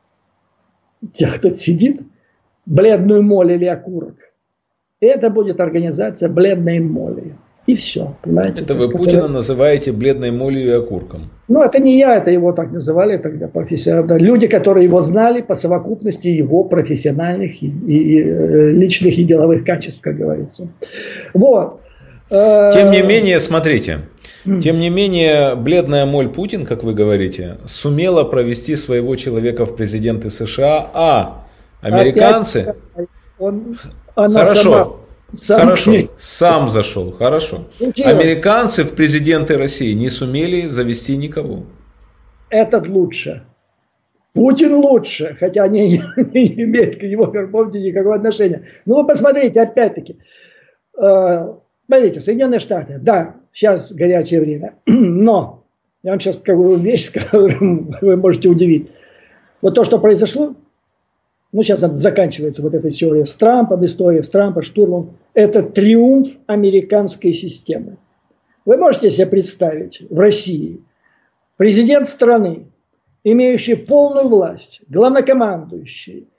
тех, кто сидит, бледную моль или окурок. И это будет организация бледной моли. И все. Понимаете?
Это вы Путина это... называете бледной молью и окурком?
Ну, это не я, это его так называли тогда профессионально. Люди, которые его знали по совокупности его профессиональных и, и, и личных и деловых качеств, как говорится. Вот.
Тем не менее, смотрите. Тем не менее, бледная моль Путин, как вы говорите, сумела провести своего человека в президенты США, а американцы...
Он, она
Хорошо.
Сама... Сам
Хорошо, сам зашел, хорошо.
Интересно.
Американцы в президенты России не сумели завести никого.
Этот лучше. Путин лучше, хотя они не имеют к его верховности никакого отношения. Ну вы посмотрите, опять-таки. Э, смотрите, Соединенные Штаты, да, сейчас горячее время, но я вам сейчас скажу вещь, с которой вы можете удивить. Вот то, что произошло, ну, сейчас заканчивается вот эта теория с Трампом, история с Трампом, штурмом. Это триумф американской системы. Вы можете себе представить в России президент страны, имеющий полную власть, главнокомандующий,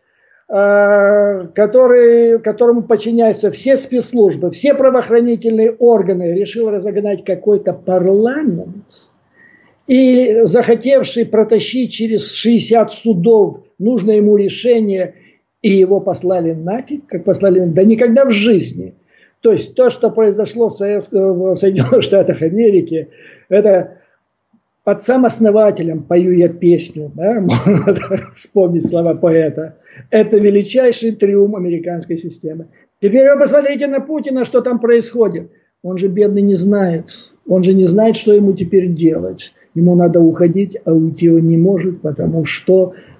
который, которому подчиняются все спецслужбы, все правоохранительные органы, решил разогнать какой-то парламент, и захотевший протащить через шестьдесят судов нужное ему решение, и его послали нафиг, как послали, да никогда в жизни. То есть то, что произошло в, в Соединенных Штатах Америки, это отцам-основателям пою я песню, да? Можно вспомнить слова поэта. Это величайший триумф американской системы. Теперь вы посмотрите на Путина, что там происходит. Он же бедный не знает. Он же не знает, что ему теперь делать. Ему надо уходить, а уйти он не может, потому что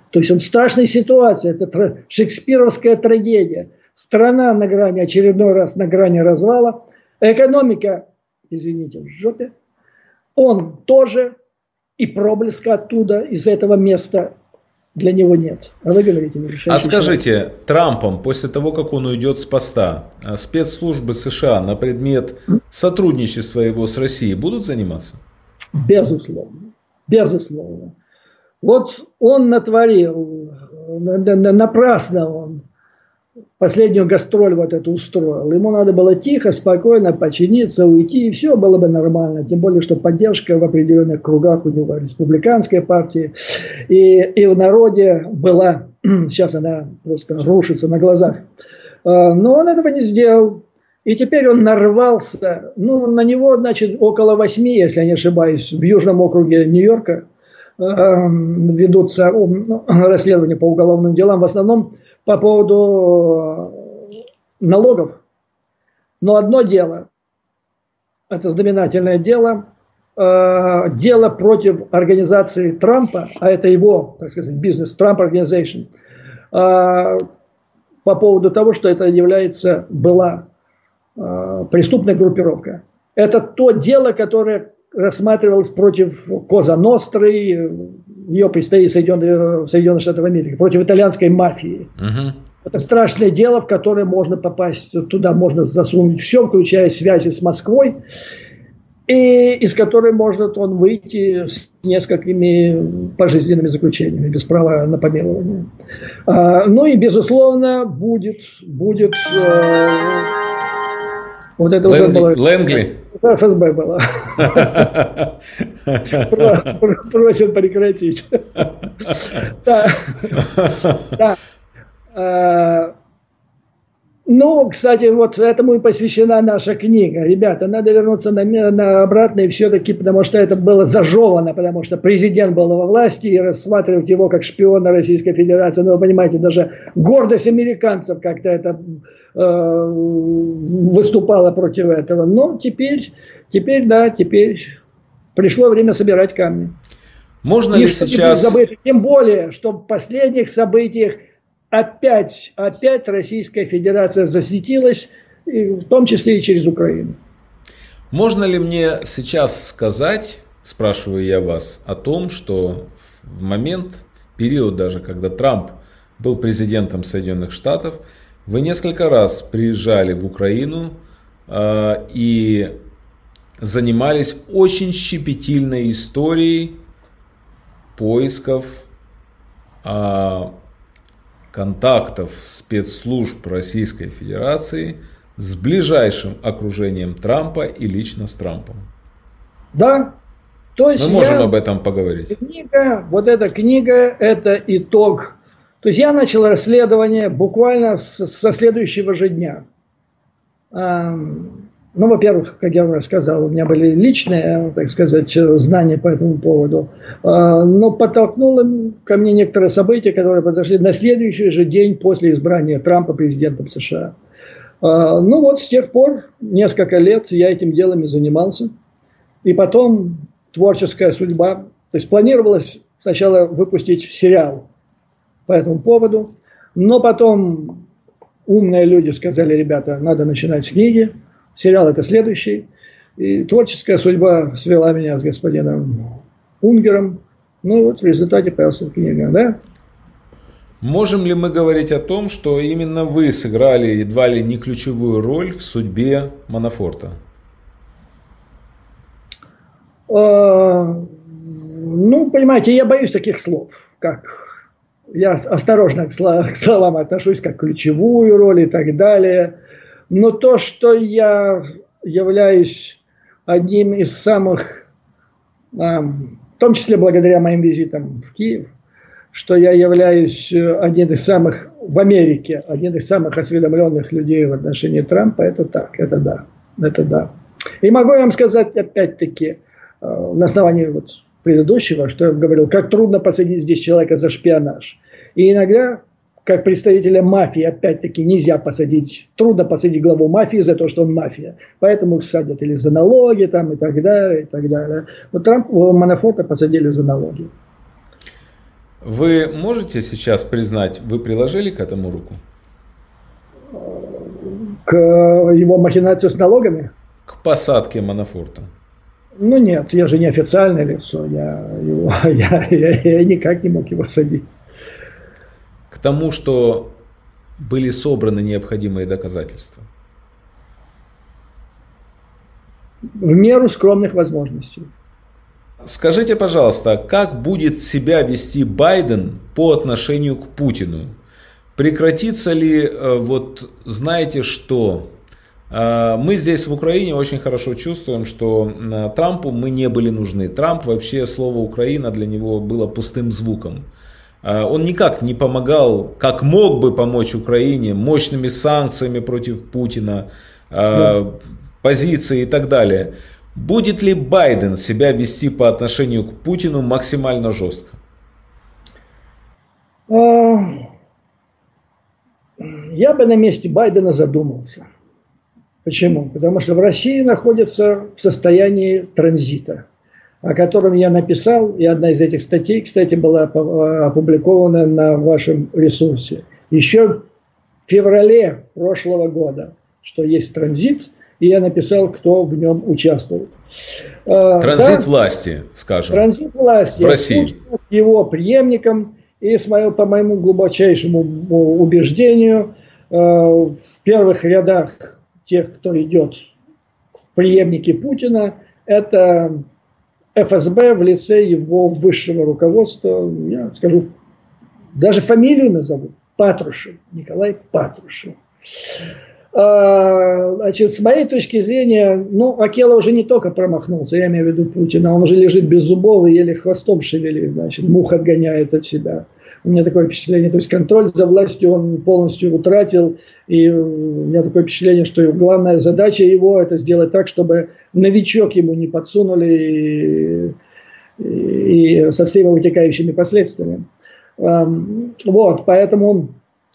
То есть он в страшной ситуации. Это тр... шекспировская трагедия. Страна на грани, очередной раз на грани развала. Экономика, извините, в жопе. Он тоже. И проблеска оттуда, из этого места для него нет. А вы говорите, не решаете.
А скажите, человек. Трампом, после того, как он уйдет с поста, спецслужбы США на предмет сотрудничества его с Россией будут заниматься?
Безусловно. Безусловно. Вот он натворил, напрасно он последнюю гастроль вот эту устроил. Ему надо было тихо, спокойно починиться, уйти, и все было бы нормально. Тем более, что поддержка в определенных кругах у него республиканской партии и, и в народе была. Сейчас она просто рушится на глазах. Но он этого не сделал. И теперь он нарвался. Ну, на него, значит, около восьми, если я не ошибаюсь, в Южном округе Нью-Йорка ведутся расследования по уголовным делам. В основном по поводу налогов. Но одно дело, это знаменательное дело, э, дело против организации Трампа, а это его, так сказать, бизнес, Trump Organization, э, по поводу того, что это является, была э, преступная группировка. Это то дело, которое рассматривалось против Коза Ностры, ее предстоит Соединенные, Соединенные Штаты Америки, против итальянской мафии. Uh-huh. Это страшное дело, в которое можно попасть, туда можно засунуть все, включая связи с Москвой, и из которой может он выйти с несколькими пожизненными заключениями, без права на помилование. А, ну и, безусловно, будет, будет э, вот это
Лэнгли,
уже было...
Лэнгли.
эф эс бэ было. Просят прекратить. Ну, кстати, вот этому и посвящена наша книга. Ребята, надо вернуться на, на обратно и все-таки, потому что это было зажевано, потому что президент был во власти, и рассматривать его как шпиона Российской Федерации, ну, вы понимаете, даже гордость американцев как-то это э, выступала против этого. Но теперь, теперь, да, теперь пришло время собирать камни.
Можно и ли сейчас...
Забыть, тем более, что в последних событиях Опять, опять Российская Федерация засветилась, в том числе и через Украину.
Можно ли мне сейчас сказать, спрашиваю я вас, о том, что в момент, в период даже, когда Трамп был президентом Соединенных Штатов, вы несколько раз приезжали в Украину э, и занимались очень щепетильной историей поисков э, контактов спецслужб Российской Федерации с ближайшим окружением Трампа и лично с Трампом.
Да. То есть
мы можем
я,
об этом поговорить.
Книга, вот эта книга, это итог. То есть я начал расследование буквально с, со следующего же дня. Ну, во-первых, как я уже сказал, у меня были личные, так сказать, знания по этому поводу. Но подтолкнуло ко мне некоторые события, которые произошли на следующий же день после избрания Трампа президентом США. Ну вот с тех пор, несколько лет я этим делом и занимался. И потом творческая судьба. То есть планировалось сначала выпустить сериал по этому поводу. Но потом умные люди сказали: ребята, надо начинать с книги. Сериал это следующий. И творческая судьба свела меня с господином Унгером. Ну вот в результате появилась книга, да?
Можем ли мы говорить о том, что именно вы сыграли едва ли не ключевую роль в судьбе Манафорта?
Ну, понимаете, я боюсь таких слов, как... Я осторожно к словам отношусь, как ключевую роль и так далее. Но то, что я являюсь одним из самых, в том числе благодаря моим визитам в Киев, что я являюсь одним из самых в Америке, одним из самых осведомленных людей в отношении Трампа, это так, это да, это да. И могу я вам сказать, опять-таки, на основании вот предыдущего, что я говорил, как трудно посадить здесь человека за шпионаж. И иногда, как представителя мафии, опять-таки, нельзя посадить, трудно посадить главу мафии за то, что он мафия. Поэтому их садят или за налоги, там, и так далее, и так далее. Вот Трамп, Манафорта посадили за налоги.
Вы можете сейчас признать, вы приложили к этому руку?
К его махинации с налогами?
К посадке Манафорта.
Ну нет, я же не официальное лицо, я, его, я, я, я никак не мог его садить.
К тому, что были собраны необходимые доказательства?
В меру скромных возможностей.
Скажите, пожалуйста, как будет себя вести Байден по отношению к Путину? Прекратится ли, вот знаете что, мы здесь в Украине очень хорошо чувствуем, что Трампу мы не были нужны. Трамп вообще, слово Украина для него было пустым звуком. Он никак не помогал, как мог бы помочь Украине, мощными санкциями против Путина, да. позиции и так далее. Будет ли Байден себя вести по отношению к Путину максимально жестко?
Я бы на месте Байдена задумался. Почему? Потому что в России находится в состоянии транзита, о котором я написал, и одна из этих статей, кстати, была опубликована на вашем ресурсе. Еще в феврале прошлого года, что есть транзит, и я написал, кто в нем участвует.
Транзит да, власти, скажем.
Транзит власти.
В России.
Его преемником, и с моего, по моему глубочайшему убеждению, в первых рядах тех, кто идет в преемнике Путина, это эф эс бэ в лице его высшего руководства, я скажу, даже фамилию назову, Патрушев, Николай Патрушев. Значит, с моей точки зрения, ну, Акела уже не только промахнулся, я имею в виду Путина, он уже лежит без зубов и еле хвостом шевелит, значит, мух отгоняет от себя. У меня такое впечатление, то есть контроль за властью он полностью утратил, и у меня такое впечатление, что главная задача его это сделать так, чтобы новичок ему не подсунули и, и со всеми вытекающими последствиями. Вот, поэтому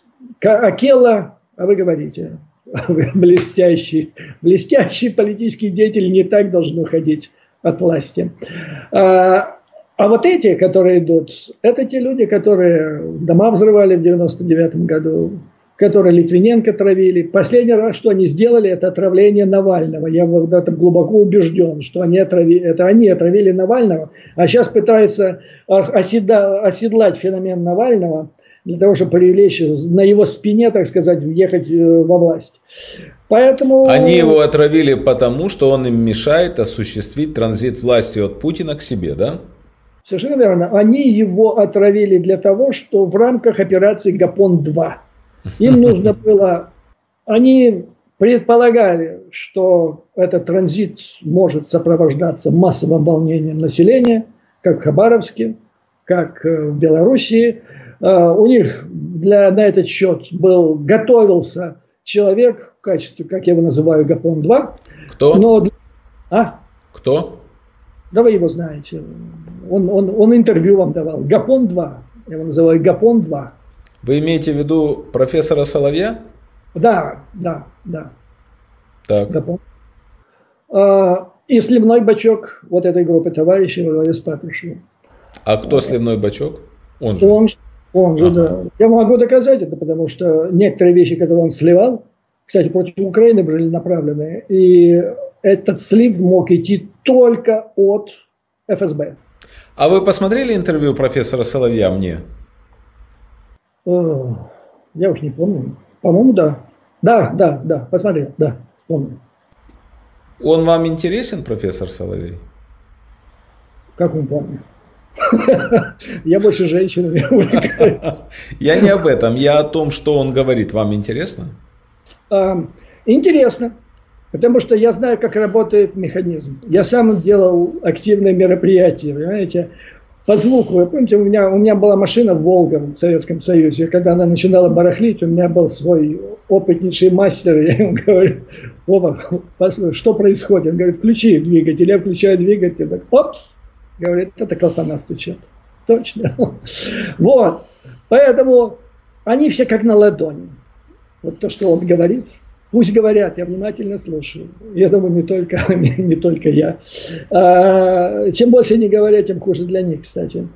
Акела, а вы говорите, блестящий, блестящий политический деятель не так должен уходить от власти. А, а вот эти, которые идут, это те люди, которые дома взрывали в девяносто девятом году, которые Литвиненко травили. Последний раз, что они сделали, это отравление Навального. Я в этом глубоко убежден, что они отравили, это они отравили Навального, а сейчас пытаются оседа, оседлать феномен Навального, для того, чтобы привлечь на его спине, так сказать, въехать во власть. Поэтому...
Они его отравили потому, что он им мешает осуществить транзит власти от Путина к себе, да?
Совершенно верно. Они его отравили для того, что в рамках операции Гапон-два. Им нужно было... Они предполагали, что этот транзит может сопровождаться массовым волнением населения, как в Хабаровске, как в Белоруссии. Uh, у них для, на этот счет был, готовился человек в качестве, как я его называю, Гапон-два.
Кто?
Но, а?
Кто?
Да вы его знаете. Он, он, он интервью вам давал. Гапон-два. Я его называю Гапон-два.
Вы имеете в виду профессора Соловья?
Да, да, да.
Так.
Гапон. Uh, и сливной бачок вот этой группы товарищей во главе с Патрушевым.
А кто сливной бачок? Он же.
Он, он же,
ага.
да. Я могу доказать это, потому что некоторые вещи, которые он сливал, кстати, против Украины были направлены, и этот слив мог идти только от эф эс бэ.
А вы посмотрели интервью профессора Соловья мне?
О, я уж не помню. По-моему, да. Да, да, да, посмотрел, да, помню.
Он вам интересен, профессор Соловей?
Как он помнит? Я больше женщинами увлекаюсь.
Я не об этом, я о том, что он говорит. Вам интересно?
Интересно, потому что я знаю, как работает механизм. Я сам делал активные мероприятия, понимаете, по звуку. Вы помните, у меня, у меня была машина «Волга» в Советском Союзе. Когда она начинала барахлить, у меня был свой опытнейший мастер. Я ему говорю: Вова, что происходит? Он говорит: включи двигатель. Я включаю двигатель. Так, опс! Говорит, это клапана стучат. Точно. Вот. Поэтому они все как на ладони. Вот то, что он говорит. Пусть говорят, я внимательно слушаю. Я думаю, не только, не только я. А, чем больше они говорят, тем хуже для них, кстати.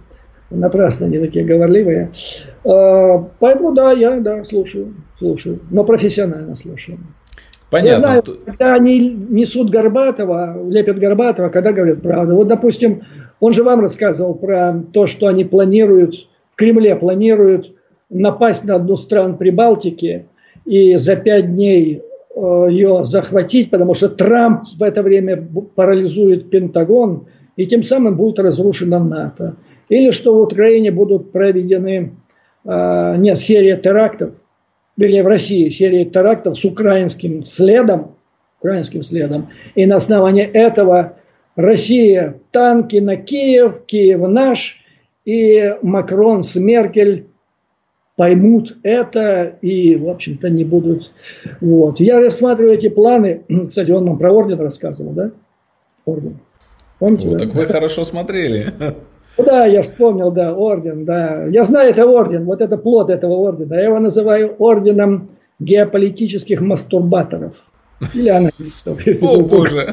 Напрасно они такие говорливые. Поэтому да, я да, слушаю, слушаю, но профессионально слушаю.
Понятно.
Я знаю, когда они несут Горбатова, лепят Горбатова, когда говорят правду. Вот, допустим, он же вам рассказывал про то, что они планируют, в Кремле планируют напасть на одну страну Прибалтики и за пять дней ее захватить, потому что Трамп в это время парализует Пентагон, и тем самым будет разрушена НАТО. Или что в Украине будут проведены э, нет, серия терактов, вернее в России серия терактов с украинским следом, украинским следом, и на основании этого Россия танки на Киев, Киев наш, и Макрон с Меркель поймут это и, в общем-то, не будут. Вот. Я рассматриваю эти планы. Кстати, он нам про орден рассказывал, да? Орден. Помните?
О,
да?
Так вы хорошо смотрели.
Ну, да, я вспомнил, да, орден, да. Я знаю, это орден, вот это плод этого ордена. Я его называю орденом геополитических мастурбаторов. Или анархистов.
О, боже.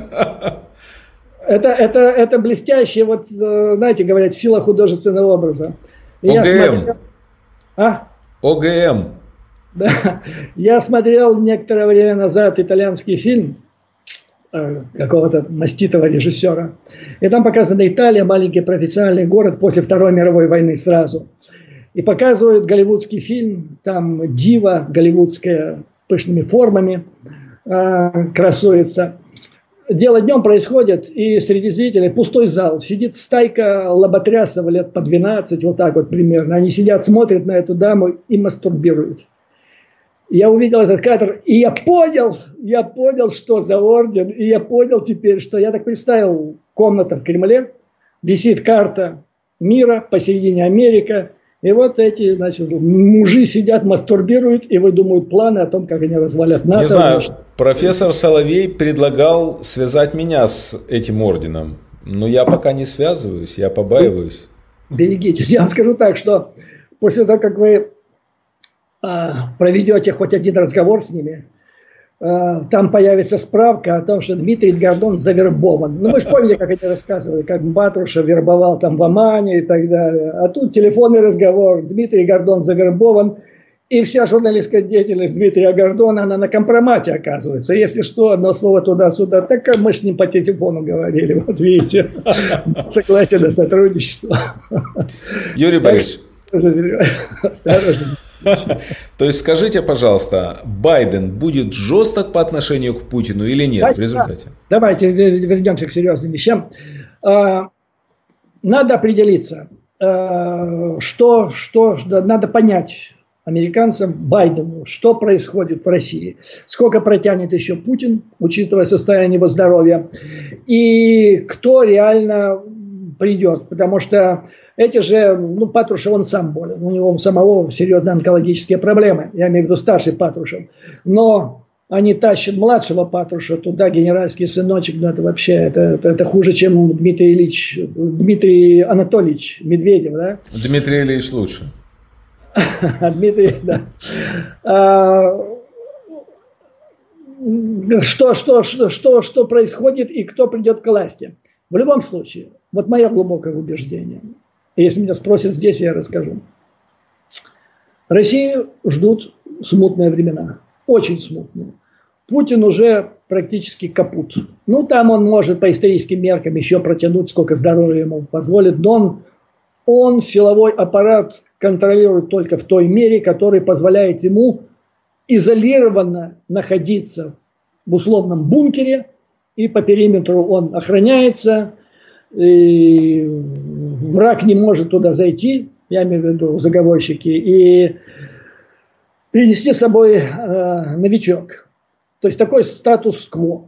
Это, это, это блестящее, вот, знаете, говорят, сила художественного образа. И я смотрел... А?
ОГМ.
Да. Я смотрел некоторое время назад итальянский фильм э, какого-то маститого режиссера. И там показана Италия, маленький провинциальный город после Второй мировой войны сразу. И показывают голливудский фильм. Там дива голливудская пышными формами э, красуется. Дело днем происходит, и среди зрителей пустой зал. Сидит стайка лоботрясов лет по двенадцать, вот так вот примерно. Они сидят, смотрят на эту даму и мастурбируют. Я увидел этот кадр, и я понял, я понял, что за орден. И я понял теперь, что я так представил, комната в Кремле, висит карта мира, посередине Америка. И вот эти, значит, мужи сидят, мастурбируют и выдумывают планы о том, как они развалят НАТО.
Не знаю, профессор Соловей предлагал связать меня с этим орденом. Но я пока не связываюсь, я побаиваюсь.
Берегитесь. Я вам скажу так, что после того, как вы а, проведете хоть один разговор с ними, а, там появится справка о том, что Дмитрий Гордон завербован. Ну, вы же помните, как они рассказывали, как Патрушев вербовал там в Омане и так далее. А тут телефонный разговор. Дмитрий Гордон завербован. И вся журналистская деятельность Дмитрия Гордона, она на компромате оказывается. Если что, одно слово туда-сюда. Так мы с ним по телефону говорили. Вот видите. Согласие на сотрудничество.
Юрий Борисович.
Осторожно.
То есть скажите, пожалуйста, Байден будет жесток по отношению к Путину или нет
Давайте,
в результате?
Давайте вернемся к серьезным вещам. Надо определиться, что, что надо понять американцам, Байдену, что происходит в России, сколько протянет еще Путин, учитывая состояние его здоровья, и кто реально придет, потому что эти же, ну, Патрушев, он сам болен, у него самого серьезные онкологические проблемы, я имею в виду старший Патрушев, но они тащат младшего Патрушева туда, генеральский сыночек, ну, это вообще, это, это, это хуже, чем Дмитрий Ильич, Дмитрий Анатольевич Медведев, да?
Дмитрий Ильич лучше.
Дмитрий, да. Что, что, что, что, что происходит и кто придет к власти? В любом случае, вот мое глубокое убеждение, если меня спросят здесь, я расскажу. Россию ждут смутные времена, очень смутные. Путин уже практически капут. Ну, там он может по историческим меркам еще протянуть, сколько здоровья ему позволит, но он, он силовой аппарат контролирует только в той мере, которая позволяет ему изолированно находиться в условном бункере, и по периметру он охраняется, и враг не может туда зайти, я имею в виду заговорщики, и принести с собой э, новичок. То есть такой статус-кво.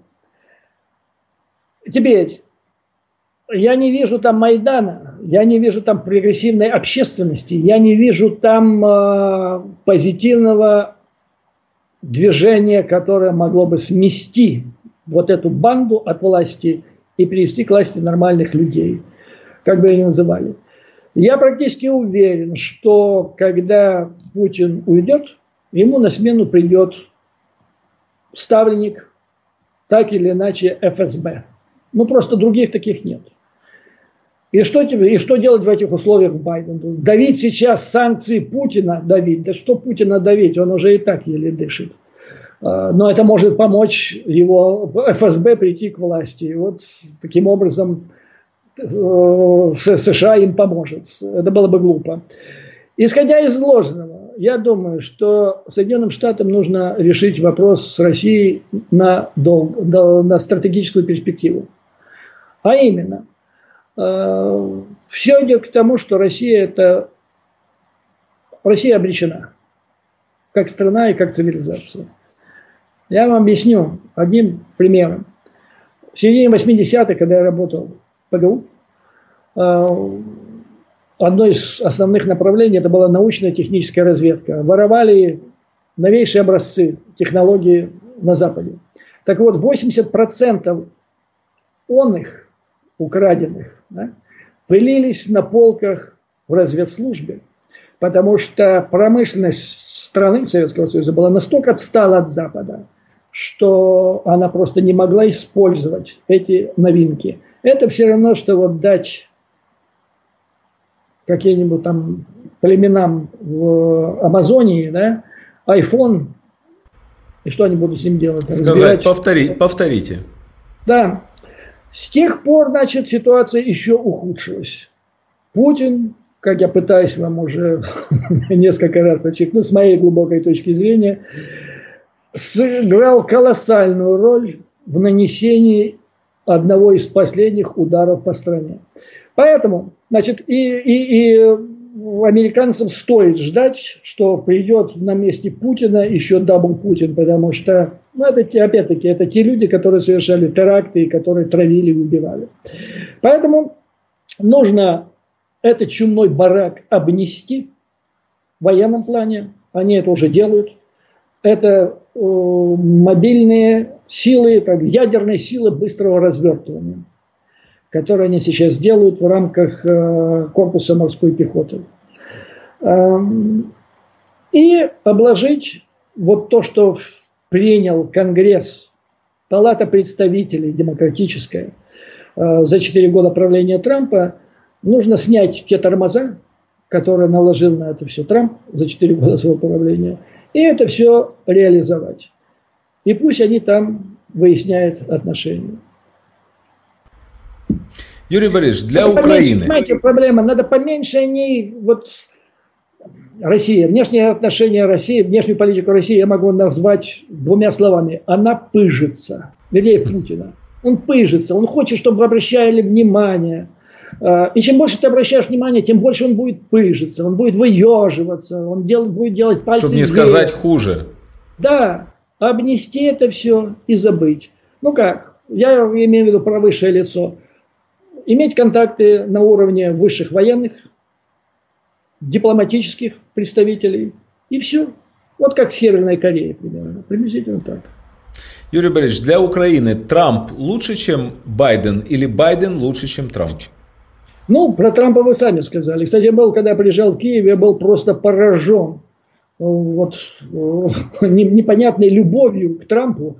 Теперь, я не вижу там Майдана, я не вижу там прогрессивной общественности, я не вижу там э, позитивного движения, которое могло бы смести вот эту банду от власти и привести к власти нормальных людей, как бы они называли. Я практически уверен, что когда Путин уйдет, ему на смену придет ставленник, так или иначе эф эс бэ. Ну, просто других таких нет. И что, и что делать в этих условиях Байдену? Давить сейчас санкции Путина, давить? Да что Путина давить? Он уже и так еле дышит. Но это может помочь его эф эс бэ прийти к власти. И вот таким образом США им поможет. Это было бы глупо. Исходя из изложенного, я думаю, что Соединенным Штатам нужно решить вопрос с Россией на, дол- на стратегическую перспективу. А именно, все идет к тому, что Россия, это, Россия обречена. Как страна и как цивилизация. Я вам объясню одним примером. В середине восьмидесятых, когда я работал в пэ гэ у, одно из основных направлений это была научно-техническая разведка. Воровали новейшие образцы технологий на Западе. Так вот, восемьдесят процентов он их, украденных, да, пылились на полках в разведслужбе, потому что промышленность страны Советского Союза была настолько отстала от Запада, что она просто не могла использовать эти новинки. Это все равно, что вот дать каким-нибудь там племенам в Амазонии, да, айфон, и что они будут с ним делать?
Сказать, повтори, повторите.
Да. С тех пор, значит, ситуация еще ухудшилась. Путин, как я пытаюсь вам уже несколько раз подчеркнуть, с моей глубокой точки зрения, сыграл колоссальную роль в нанесении одного из последних ударов по стране. Поэтому, значит, и, и, и американцам стоит ждать, что придет на месте Путина еще дабл Путин, потому что, ну, это, опять-таки, это те люди, которые совершали теракты и которые травили и убивали. Поэтому нужно этот чумной барак обнести в военном плане. Они это уже делают. Это э, мобильные силы, так, ядерные силы быстрого развертывания, которые они сейчас делают в рамках э, корпуса морской пехоты. Э, и обложить вот то, что принял Конгресс, Палата представителей демократическая, э, за четыре года правления Трампа, нужно снять те тормоза, которые наложил на это все Трамп за четыре года своего правления, и это все реализовать. И пусть они там выясняют отношения.
Юрий Борисович, для
надо
Украины...
Поменьше, понимаете, проблема, надо поменьше они... Вот Россия, внешние отношения России, внешнюю политику России я могу назвать двумя словами. Она пыжится. Вернее, Путина. Он пыжится, он хочет, чтобы обращали внимание. И чем больше ты обращаешь внимание, тем больше он будет пыжиться, он будет выеживаться, он дел, будет делать пальцы
чтобы не
вверх.
сказать хуже.
Да, обнести это все и забыть. Ну как, я имею в виду про высшее лицо. Иметь контакты на уровне высших военных, дипломатических представителей и все. Вот как в Северной Корее, примерно. Приблизительно так.
Юрий Борисович, для Украины Трамп лучше, чем Байден, или Байден лучше, чем Трамп?
Ну, про Трампа вы сами сказали. Кстати, я был, когда я приезжал в Киев, я был просто поражен вот, непонятной любовью к Трампу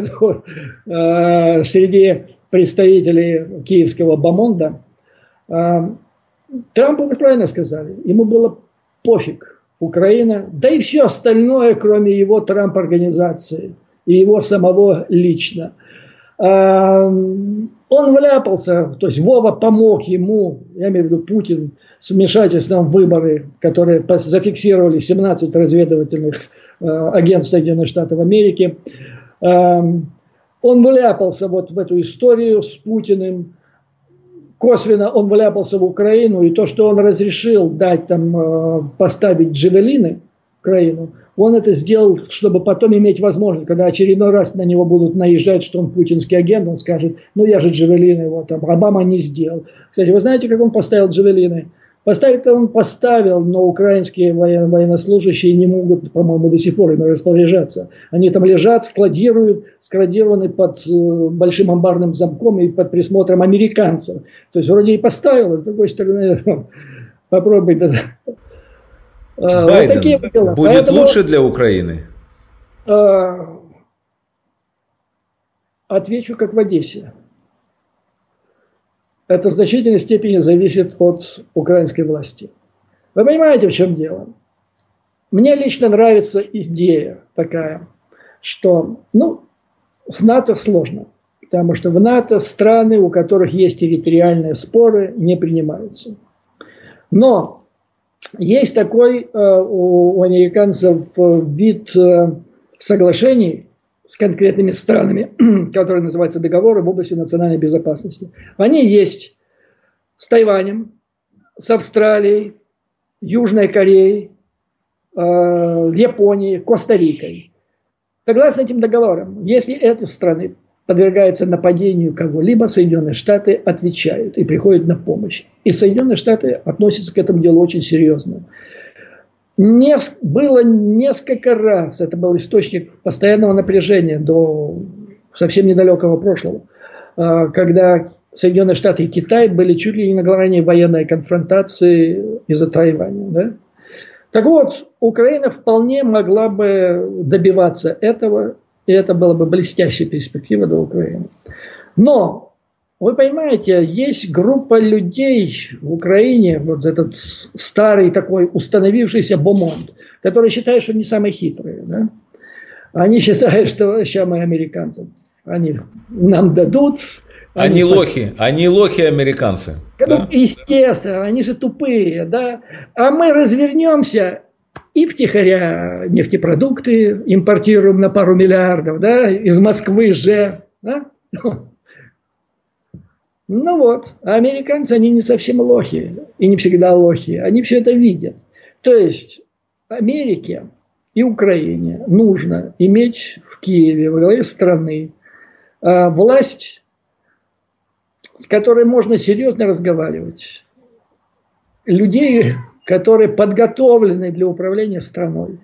среди представителей киевского бомонда. Трампу, вы правильно сказали, ему было пофиг Украина, да и все остальное, кроме его Трамп-организации и его самого лично. Он вляпался, то есть Вова помог ему, я имею в виду Путин, с вмешательством в выборы, которые зафиксировали семнадцать разведывательных агентств Соединенных Штатов Америки. Он вляпался вот в эту историю с Путиным. Косвенно он вляпался в Украину, и то, что он разрешил дать там, поставить джавелины в Украину, он это сделал, чтобы потом иметь возможность, когда очередной раз на него будут наезжать, что он путинский агент, он скажет, ну я же джавелины, его там Обама не сделал. Кстати, вы знаете, как он поставил джавелины? Поставить-то он поставил, но украинские военно- военнослужащие не могут, по-моему, до сих пор ими распоряжаться. Они там лежат, складируют, складированы под э, большим амбарным замком и под присмотром американцев. То есть вроде и поставил, а с другой стороны, попробуй.
Байден вот такие дела. Будет Поэтому, лучше для Украины?
Э, отвечу, как в Одессе. это в значительной степени зависит от украинской власти. Вы понимаете, в чем дело? Мне лично нравится идея такая, что ну, с НАТО сложно. Потому что в НАТО страны, у которых есть территориальные споры, не принимаются. Но есть такой э, у, у американцев вид э, соглашений с конкретными странами, которые называются договоры в области национальной безопасности. Они есть с Тайванем, с Австралией, Южной Кореей, э, Японией, Коста-Рикой. Согласно этим договорам, если эти страны подвергается нападению кого-либо, Соединенные Штаты отвечают и приходят на помощь. И Соединенные Штаты относятся к этому делу очень серьезно. Нес, было несколько раз, это был источник постоянного напряжения до совсем недалекого прошлого, когда Соединенные Штаты и Китай были чуть ли не на грани военной конфронтации из-за Тайваня. Да? Так вот, Украина вполне могла бы добиваться этого, и это была бы блестящая перспектива для Украины. Но, вы понимаете, есть группа людей в Украине, вот этот старый такой установившийся бомонд, который считает, что они самые хитрые. Да? Они считают, что сейчас мы американцы. Они нам дадут.
Они, они лохи, они лохи американцы.
Ну, да? Естественно, они же тупые. Да? А мы развернемся и втихаря нефтепродукты импортируем на пару миллиардов, да, из Москвы же. Да? Ну вот, а американцы, они не совсем лохи, и не всегда лохи, они все это видят. То есть Америке и Украине нужно иметь в Киеве, во главе страны, власть, с которой можно серьезно разговаривать. Людей, которые подготовлены для управления страной.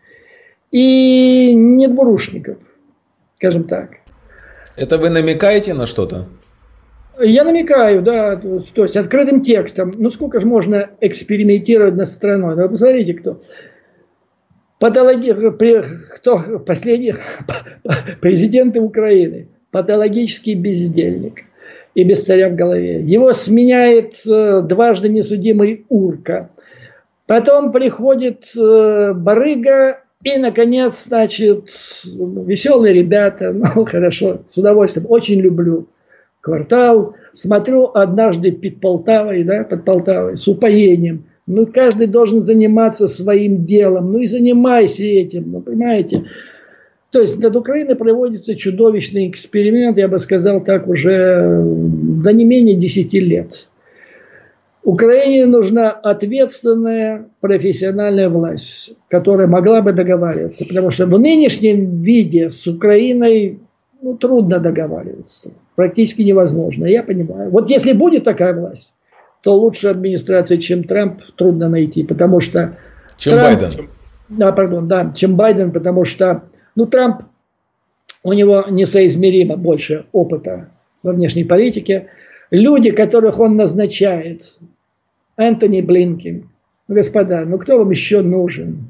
И не двурушников, скажем так.
Это вы намекаете на что-то?
Я намекаю, да, то есть открытым текстом. Ну сколько же можно экспериментировать над страной? Ну, посмотрите, кто. Патологи... Кто последний президент Украины. Патологический бездельник. И без царя в голове. Его сменяет э, дважды несудимый урка. Потом приходит э, барыга. И, наконец, значит, веселые ребята. Ну, хорошо, с удовольствием. Очень люблю «Квартал». Смотрю однажды под Полтавой, да, под Полтавой, с упоением. Ну, каждый должен заниматься своим делом. Ну, и занимайся этим, ну, понимаете. То есть над Украиной проводится чудовищный эксперимент, я бы сказал так, уже да не менее десяти лет. Украине нужна ответственная профессиональная власть, которая могла бы договариваться. Потому что в нынешнем виде с Украиной ну, трудно договариваться. Практически невозможно, я понимаю. Вот если будет такая власть, то лучше администрации, чем Трамп, трудно найти. Потому что...
Чем
Трамп,
Байден.
Да, пардон, да, чем Байден, потому что... Ну, Трамп, у него несоизмеримо больше опыта во внешней политике. Люди, которых он назначает, Энтони Блинкен, господа, ну кто вам еще нужен?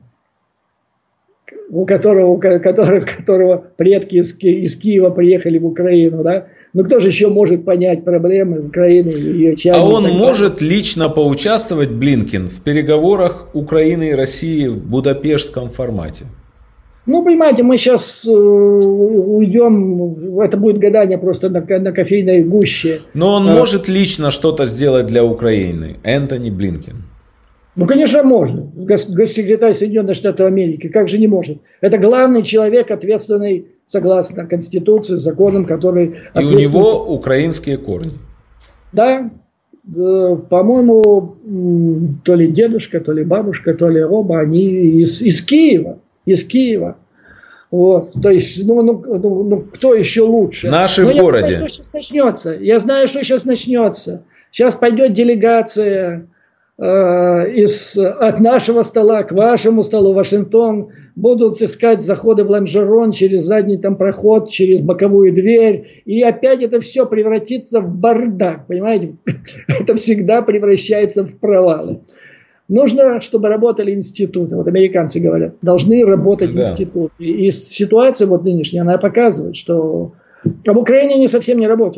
У которого, у которого, которого предки из, из Киева приехали в Украину, да? Ну кто же еще может понять проблемы Украины? Ее
а он может лично поучаствовать, Блинкен, в переговорах Украины и России в будапештском формате?
Ну, понимаете, мы сейчас э, уйдем, это будет гадание просто на, на кофейной гуще.
Но он
а,
может лично что-то сделать для Украины, Энтони Блинкен?
Ну, конечно, можно. Гос- госсекретарь Соединенных Штатов Америки, как же не может? Это главный человек, ответственный, согласно Конституции, законам, который...
И у него украинские корни.
Да, э, по-моему, то ли дедушка, то ли бабушка, то ли оба, они из, из Киева. Из Киева. Вот. То есть, ну, ну, ну, ну кто еще лучше?
Наши
Но
в
я
городе.
знаю, что сейчас начнется. Я знаю, что сейчас начнется. Сейчас пойдет делегация э, из, от нашего стола к вашему столу в Вашингтон. Будут искать заходы в Ланжерон через задний там проход, через боковую дверь. И опять это все превратится в бардак. Понимаете? Это всегда превращается в провалы. Нужно, чтобы работали институты. Вот американцы говорят, должны работать да. институты. И ситуация вот нынешняя, она показывает, что в Украине они совсем не работают.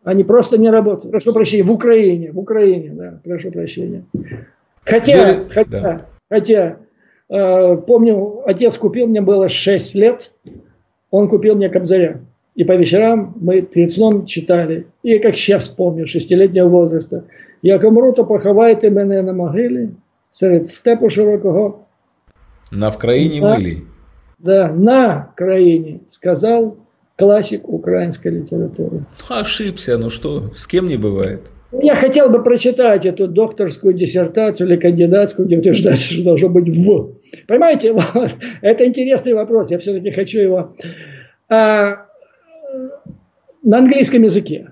Они просто не работают. Прошу прощения, в Украине, в Украине, да, прошу прощения. Хотя,
Юрий,
хотя,
да.
хотя, э, помню, отец купил, мне было шесть лет, он купил мне Кобзаря. И по вечерам мы перед сном читали. И как сейчас помню, шестилетнего возраста. Як умру, то поховайте мене на могилі, серед степу широкого.
На Вкраине
на,
мылей.
Да, на краине, сказал классик украинской литературы.
Ошибся, ну что, с кем не бывает.
Я хотел бы прочитать эту докторскую диссертацию или кандидатскую, где утверждается, что должно быть «в». Понимаете, вот, это интересный вопрос, я все-таки хочу его... А, на английском языке,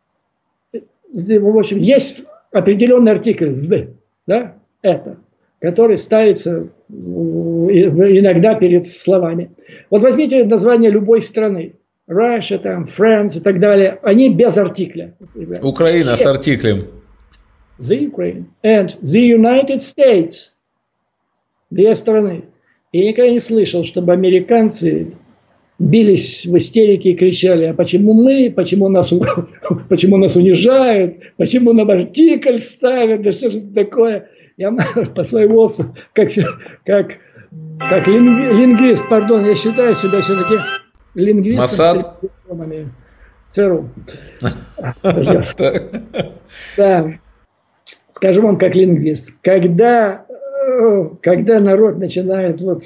в общем, есть определенный артикль «з», да, это, который ставится иногда перед словами. Вот возьмите название любой страны. Russia, там, France и так далее. Они без артикля.
Украина
Все.
с артиклем.
The Ukraine. And the United States. Две страны. И я никогда не слышал, чтобы американцы бились в истерике и кричали: а почему мы, почему нас, почему нас унижают, почему нам артикль ставят, да что же это такое. Я по своему как, как, как лингвист, пардон, я считаю себя все-таки лингвистом.
Масад?
ЦРУ. Да. Скажу вам как лингвист. Когда, когда народ начинает вот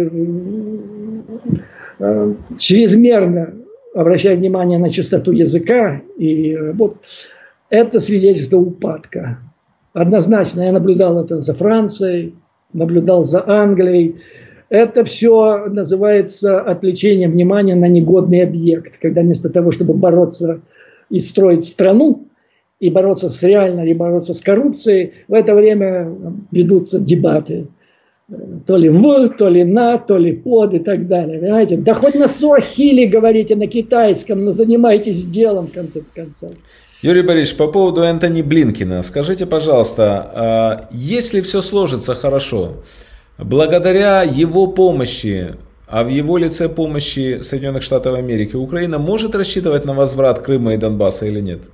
чрезмерно обращать внимание на чистоту языка, и вот это свидетельство упадка. Однозначно, я наблюдал это за Францией, наблюдал за Англией. Это все называется отвлечением внимания на негодный объект, когда вместо того, чтобы бороться и строить страну, и бороться с реально, и бороться с коррупцией, в это время ведутся дебаты. То ли в, то ли на, то ли под и так далее. Понимаете? Да хоть на суахили говорите, на китайском, но занимайтесь делом, в конце концов.
Юрий Борисович, по поводу Энтони Блинкена. Скажите, пожалуйста, если все сложится хорошо, благодаря его помощи, а в его лице помощи Соединенных Штатов Америки, Украина может рассчитывать на возврат Крыма и Донбасса или нет?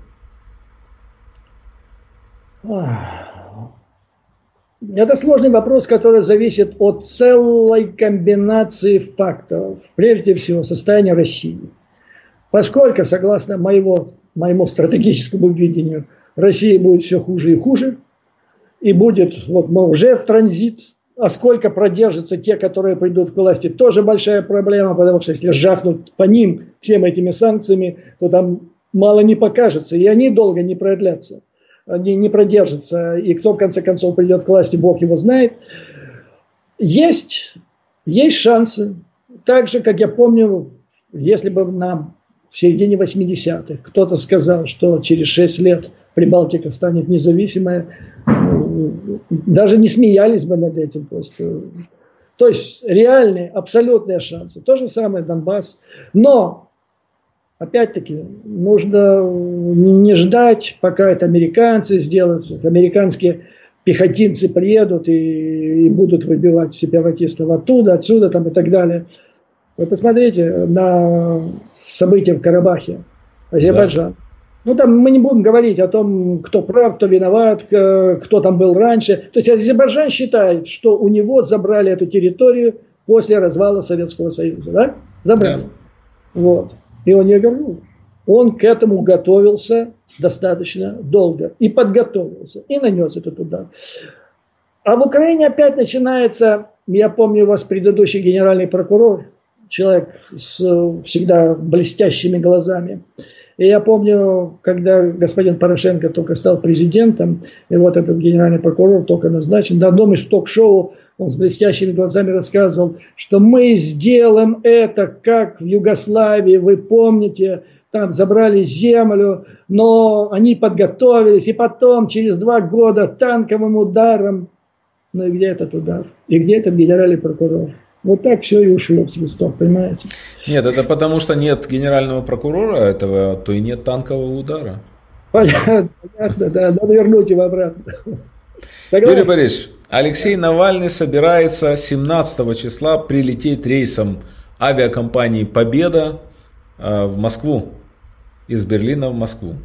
Это сложный вопрос, который зависит от целой комбинации факторов. Прежде всего, состояния России. Поскольку, согласно моего, моему стратегическому видению, Россия будет все хуже и хуже, и будет, вот мы уже в транзит, а сколько продержатся те, которые придут к власти, тоже большая проблема, потому что если жахнуть по ним всеми этими санкциями, то там мало не покажется, и они долго не продлятся. Они не продержатся, и кто в конце концов придет к власти, Бог его знает. Есть, есть шансы. Так же, как я помню, если бы нам в середине восьмидесятых кто-то сказал, что через шесть лет Прибалтика станет независимой, даже не смеялись бы над этим просто. То есть реальные, абсолютные шансы. То же самое Донбасс. Но опять-таки, нужно не ждать, пока это американцы сделают. Американские пехотинцы приедут и, и будут выбивать сепаратистов оттуда, отсюда там, и так далее. Вы посмотрите на события в Карабахе, Азербайджан. Да. Ну, там мы не будем говорить о том, кто прав, кто виноват, кто там был раньше. То есть Азербайджан считает, что у него забрали эту территорию после развала Советского Союза. Да? Забрали. Да. Вот. И он ее вернул. Он к этому готовился достаточно долго. И подготовился. И нанес этот удар. А в Украине опять начинается, я помню, у вас предыдущий генеральный прокурор, человек с всегда блестящими глазами. И я помню, когда господин Порошенко только стал президентом, и вот этот генеральный прокурор только назначен, на одном из ток-шоу он с блестящими глазами рассказывал, что мы сделаем это, как в Югославии, вы помните, там забрали землю, но они подготовились, и потом через два года танковым ударом. Ну и где этот удар? И где этот генеральный прокурор? Вот так все и ушло в свисток, понимаете?
Нет, это потому что нет генерального прокурора этого, то и нет танкового удара.
Понятно, понятно, да, надо вернуть его обратно. Согласен?
Юрий Борисович, Алексей Навальный собирается семнадцатого числа прилететь рейсом авиакомпании «Победа» в Москву, из Берлина в Москву.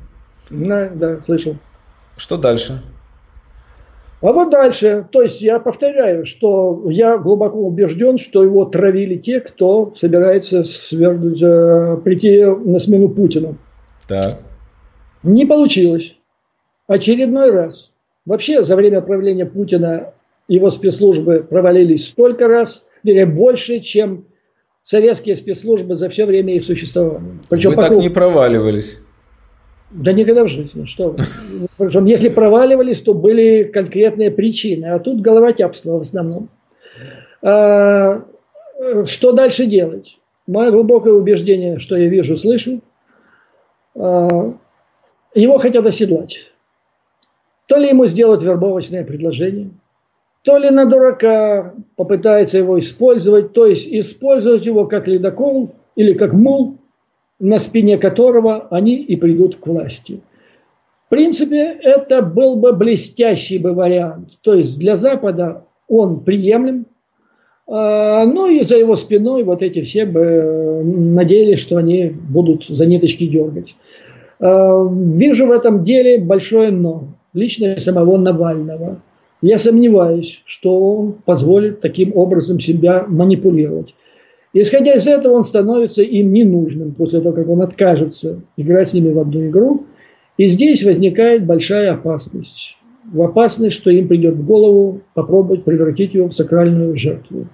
Да, да, слышал.
Что дальше?
А вот дальше, то есть я повторяю, что я глубоко убежден, что его травили те, кто собирается свергнуть, э, прийти на смену Путину.
Так.
Не получилось. Очередной раз. Вообще за время правления Путина его спецслужбы провалились столько раз, вернее, больше, чем советские спецслужбы за все время их существования.
Причем Вы так кругу... не проваливались.
Да никогда в жизни. Что? Причем, если проваливались, то были конкретные причины. А тут головотяпство в основном. А, что дальше делать? Мое глубокое убеждение, что я вижу, слышу. А, его хотят оседлать. То ли ему сделать вербовочное предложение, то ли на дурака попытается его использовать, то есть использовать его как ледокол или как мул, на спине которого они и придут к власти. В принципе, это был бы блестящий бы вариант. То есть для Запада он приемлем, ну и за его спиной вот эти все бы надеялись, что они будут за ниточки дергать. Вижу в этом деле большое но. Лично самого Навального. Я сомневаюсь, что он позволит таким образом себя манипулировать. Исходя из этого, он становится им ненужным после того, как он откажется играть с ними в одну игру. И здесь возникает большая опасность. В опасность, что им придет в голову попробовать превратить его в сакральную жертву.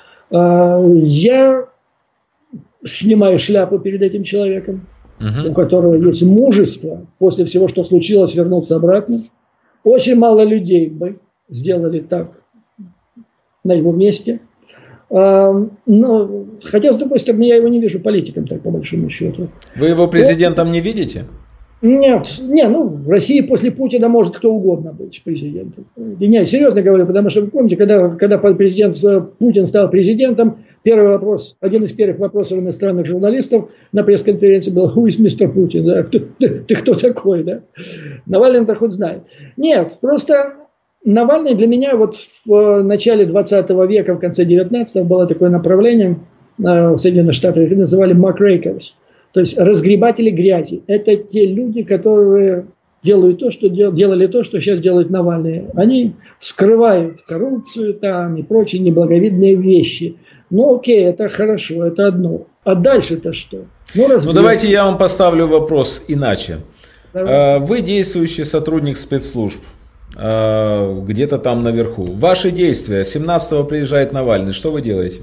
Я снимаю шляпу перед этим человеком, угу. у которого есть мужество после всего, что случилось, вернуться обратно. Очень мало людей бы сделали так на его месте. Но, хотя, с другой стороны, я его не вижу политиком, так по большому счету.
Вы его президентом Но, не видите?
Нет, не, ну в России после Путина может кто угодно быть президентом. И не, серьезно говорю, потому что вы помните, когда, когда президент Путин стал президентом, первый вопрос, один из первых вопросов иностранных журналистов на пресс-конференции был: «Who is мистер Путин?» Да? Кто, ты, ты кто такой? Да? Навальный-то хоть знает. Нет, просто Навальный для меня вот в начале двадцатого века, в конце девятнадцатого было такое направление в Соединенных Штатах, их называли muckrakers, то есть разгребатели грязи. Это те люди, которые делают то, что дел, делали то, что сейчас делают Навальный. Они вскрывают коррупцию там и прочие неблаговидные вещи. Ну окей, это хорошо, это одно. А дальше-то что? Ну,
ну давайте я вам поставлю вопрос иначе. Давай. Вы действующий сотрудник спецслужб. Где-то там наверху. Ваши действия. семнадцатого приезжает Навальный. Что вы делаете?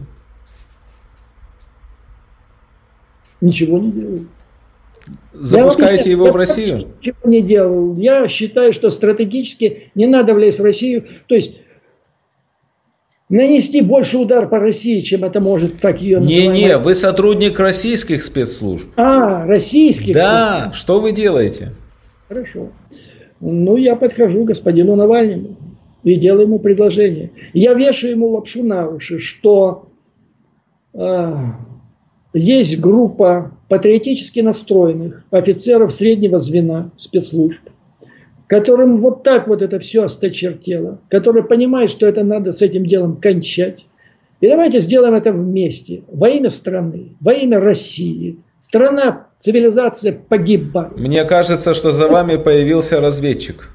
Ничего не делаю.
Запускаете его в Россию?
Ничего не делал. Я считаю, что стратегически не надо влезть в Россию. То есть нанести больше удар по России, чем это может так ее называть.
Не-не, вы сотрудник российских спецслужб.
А, российских
Да,
спецслужб.
Что вы делаете?
Хорошо. Ну, я подхожу к господину Навальному и делаю ему предложение. Я вешаю ему лапшу на уши, что э, есть группа патриотически настроенных офицеров среднего звена спецслужб, которым вот так вот это все осточертело, которые понимают, что это надо с этим делом кончать. И давайте сделаем это вместе, во имя страны, во имя России. Страна, цивилизация погибает.
Мне кажется, что за вами появился разведчик.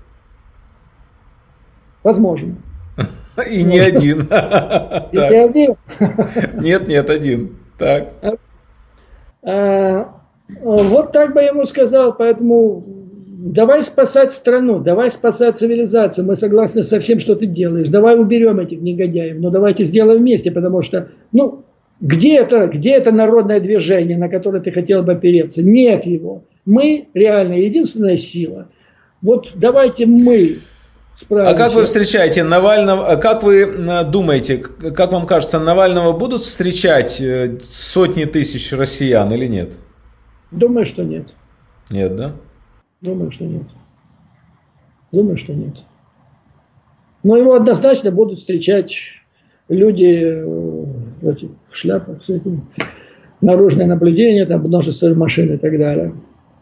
Возможно.
И не один.
И не один?
Нет, нет, один. Так.
Вот так бы я ему сказал, поэтому давай спасать страну, давай спасать цивилизацию. Мы согласны со всем, что ты делаешь. Давай уберем этих негодяев, но давайте сделаем вместе, потому что, ну, Где это, где это народное движение, на которое ты хотел бы опереться? Нет его. Мы реально единственная сила. Вот давайте мы справимся.
А как вы встречаете Навального? Как вы думаете, как вам кажется, Навального будут встречать сотни тысяч россиян или нет?
Думаю, что нет.
Нет, да?
Думаю, что нет. Думаю, что нет. Но его однозначно будут встречать люди в шляпах, с этим, наружное наблюдение, там множество машин и так далее.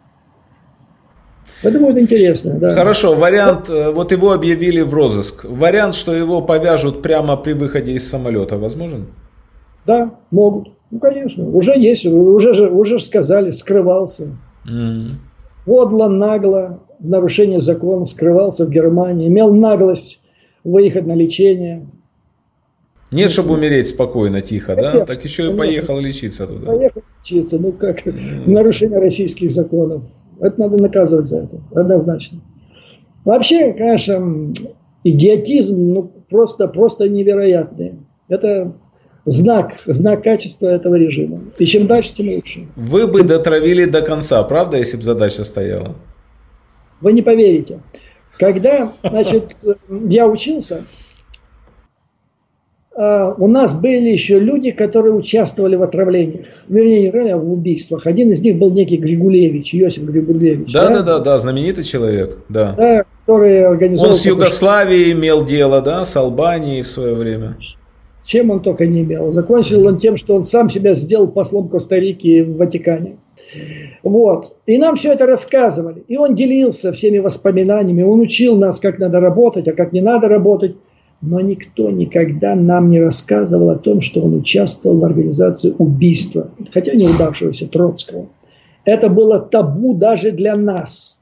Это будет интересно. Да.
Хорошо, вариант, вот его объявили в розыск. Вариант, что его повяжут прямо при выходе из самолета, возможен?
Да, могут. Ну, конечно, уже есть, уже же уже сказали, скрывался.
Mm.
подло, нагло, в нарушение закона скрывался в Германии, имел наглость выехать на лечение.
Нет, чтобы умереть спокойно, тихо, да?
Конечно,
Так еще и поехал лечиться туда.
Поехал лечиться, ну как, нарушение российских законов. Это надо наказывать за это, однозначно. Вообще, конечно, идиотизм, ну, просто, просто невероятный. Это знак, знак качества этого режима. И чем дальше, тем лучше.
Вы бы дотравили до конца, правда, если бы задача стояла?
Вы не поверите. Когда, значит, я учился, у нас были еще люди, которые участвовали в отравлениях. Вернее, не отравлениях, а в убийствах. Один из них был некий Григулевич, Иосиф Григулевич.
Да, да, да, да, да, знаменитый человек, да.
Да, который организовал...
Он с Югославией имел дело, да, с Албанией в свое время.
Чем он только не имел. Закончил он тем, что он сам себя сделал послом Коста-Рики в Ватикане. Вот. И нам все это рассказывали. И он делился всеми воспоминаниями. Он учил нас, как надо работать, а как не надо работать. Но никто никогда нам не рассказывал о том, что он участвовал в организации убийства, хотя неудавшегося Троцкого. Это было табу даже для нас.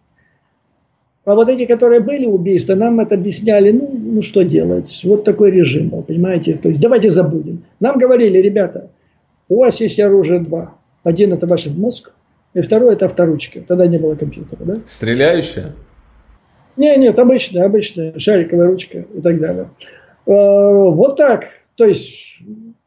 А вот эти, которые были убийства, нам это объясняли, ну, ну что делать, вот такой режим был, понимаете. То есть давайте забудем. Нам говорили, ребята, у вас есть оружие два. Один это ваш мозг, и второй это авторучка. Тогда не было компьютера, да?
Стреляющая?
Нет, нет, обычная, обычная, шариковая ручка и так далее. Вот так. То есть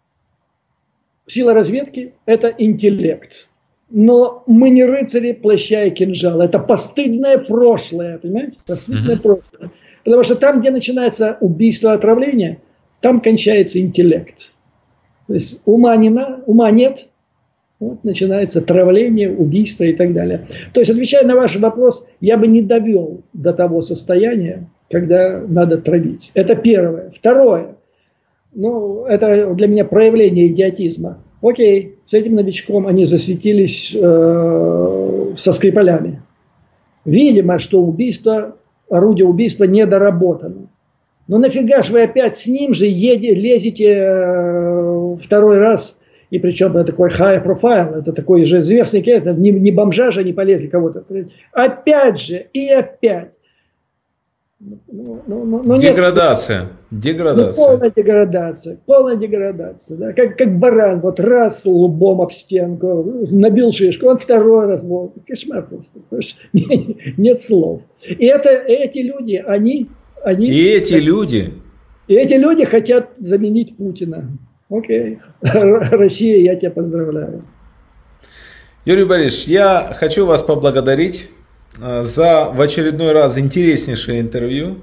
сила разведки – это интеллект. Но мы не рыцари плаща и кинжала. Это постыдное прошлое, понимаете? Постыдное mm-hmm. прошлое. Потому что там, где начинается убийство, отравление, там кончается интеллект. То есть ума, не на, ума нет. Вот начинается травление, убийство и так далее. То есть, отвечая на ваш вопрос, я бы не довел до того состояния, когда надо травить. Это первое. Второе. Ну, это для меня проявление идиотизма. Окей, с этим новичком они засветились э, со Скрипалями. Видимо, что убийство, орудие убийства недоработано. Но нафига ж вы опять с ним же едете, лезете э, второй раз. И причем это такой high profile, это такой же известный, это не, не бомжа же они полезли кого-то. Опять же, и опять. Ну, ну, ну,
деградация.
Нет,
деградация.
Ну, полная деградация. Полная деградация. Да? Как, как баран, вот раз лбом об стенку, набил шишку, он второй раз. Вот. Кошмар просто. Нет слов. И это, эти люди, они... они
и эти люди...
И эти люди хотят заменить Путина. Окей. Россия, я тебя поздравляю.
Юрий Борисович, я хочу вас поблагодарить за в очередной раз интереснейшее интервью.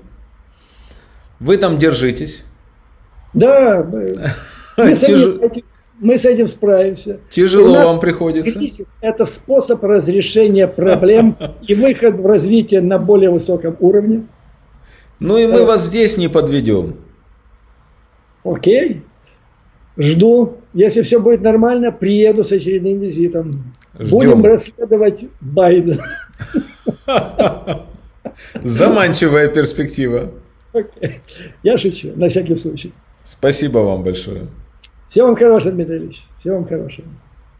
Вы там держитесь. Да, мы, мы, с, этим, мы с этим справимся. Тяжело вам приходится. Это способ разрешения проблем и выход в развитие на более высоком уровне. Ну и мы вас здесь не подведем. Окей. Жду. Если все будет нормально, приеду с очередным визитом. Ждем. Будем расследовать Байдена. Заманчивая перспектива. Okay. Я шучу, на всякий случай. Спасибо вам большое. Всего вам хорошего, Дмитрий Ильич. Всего вам хорошего.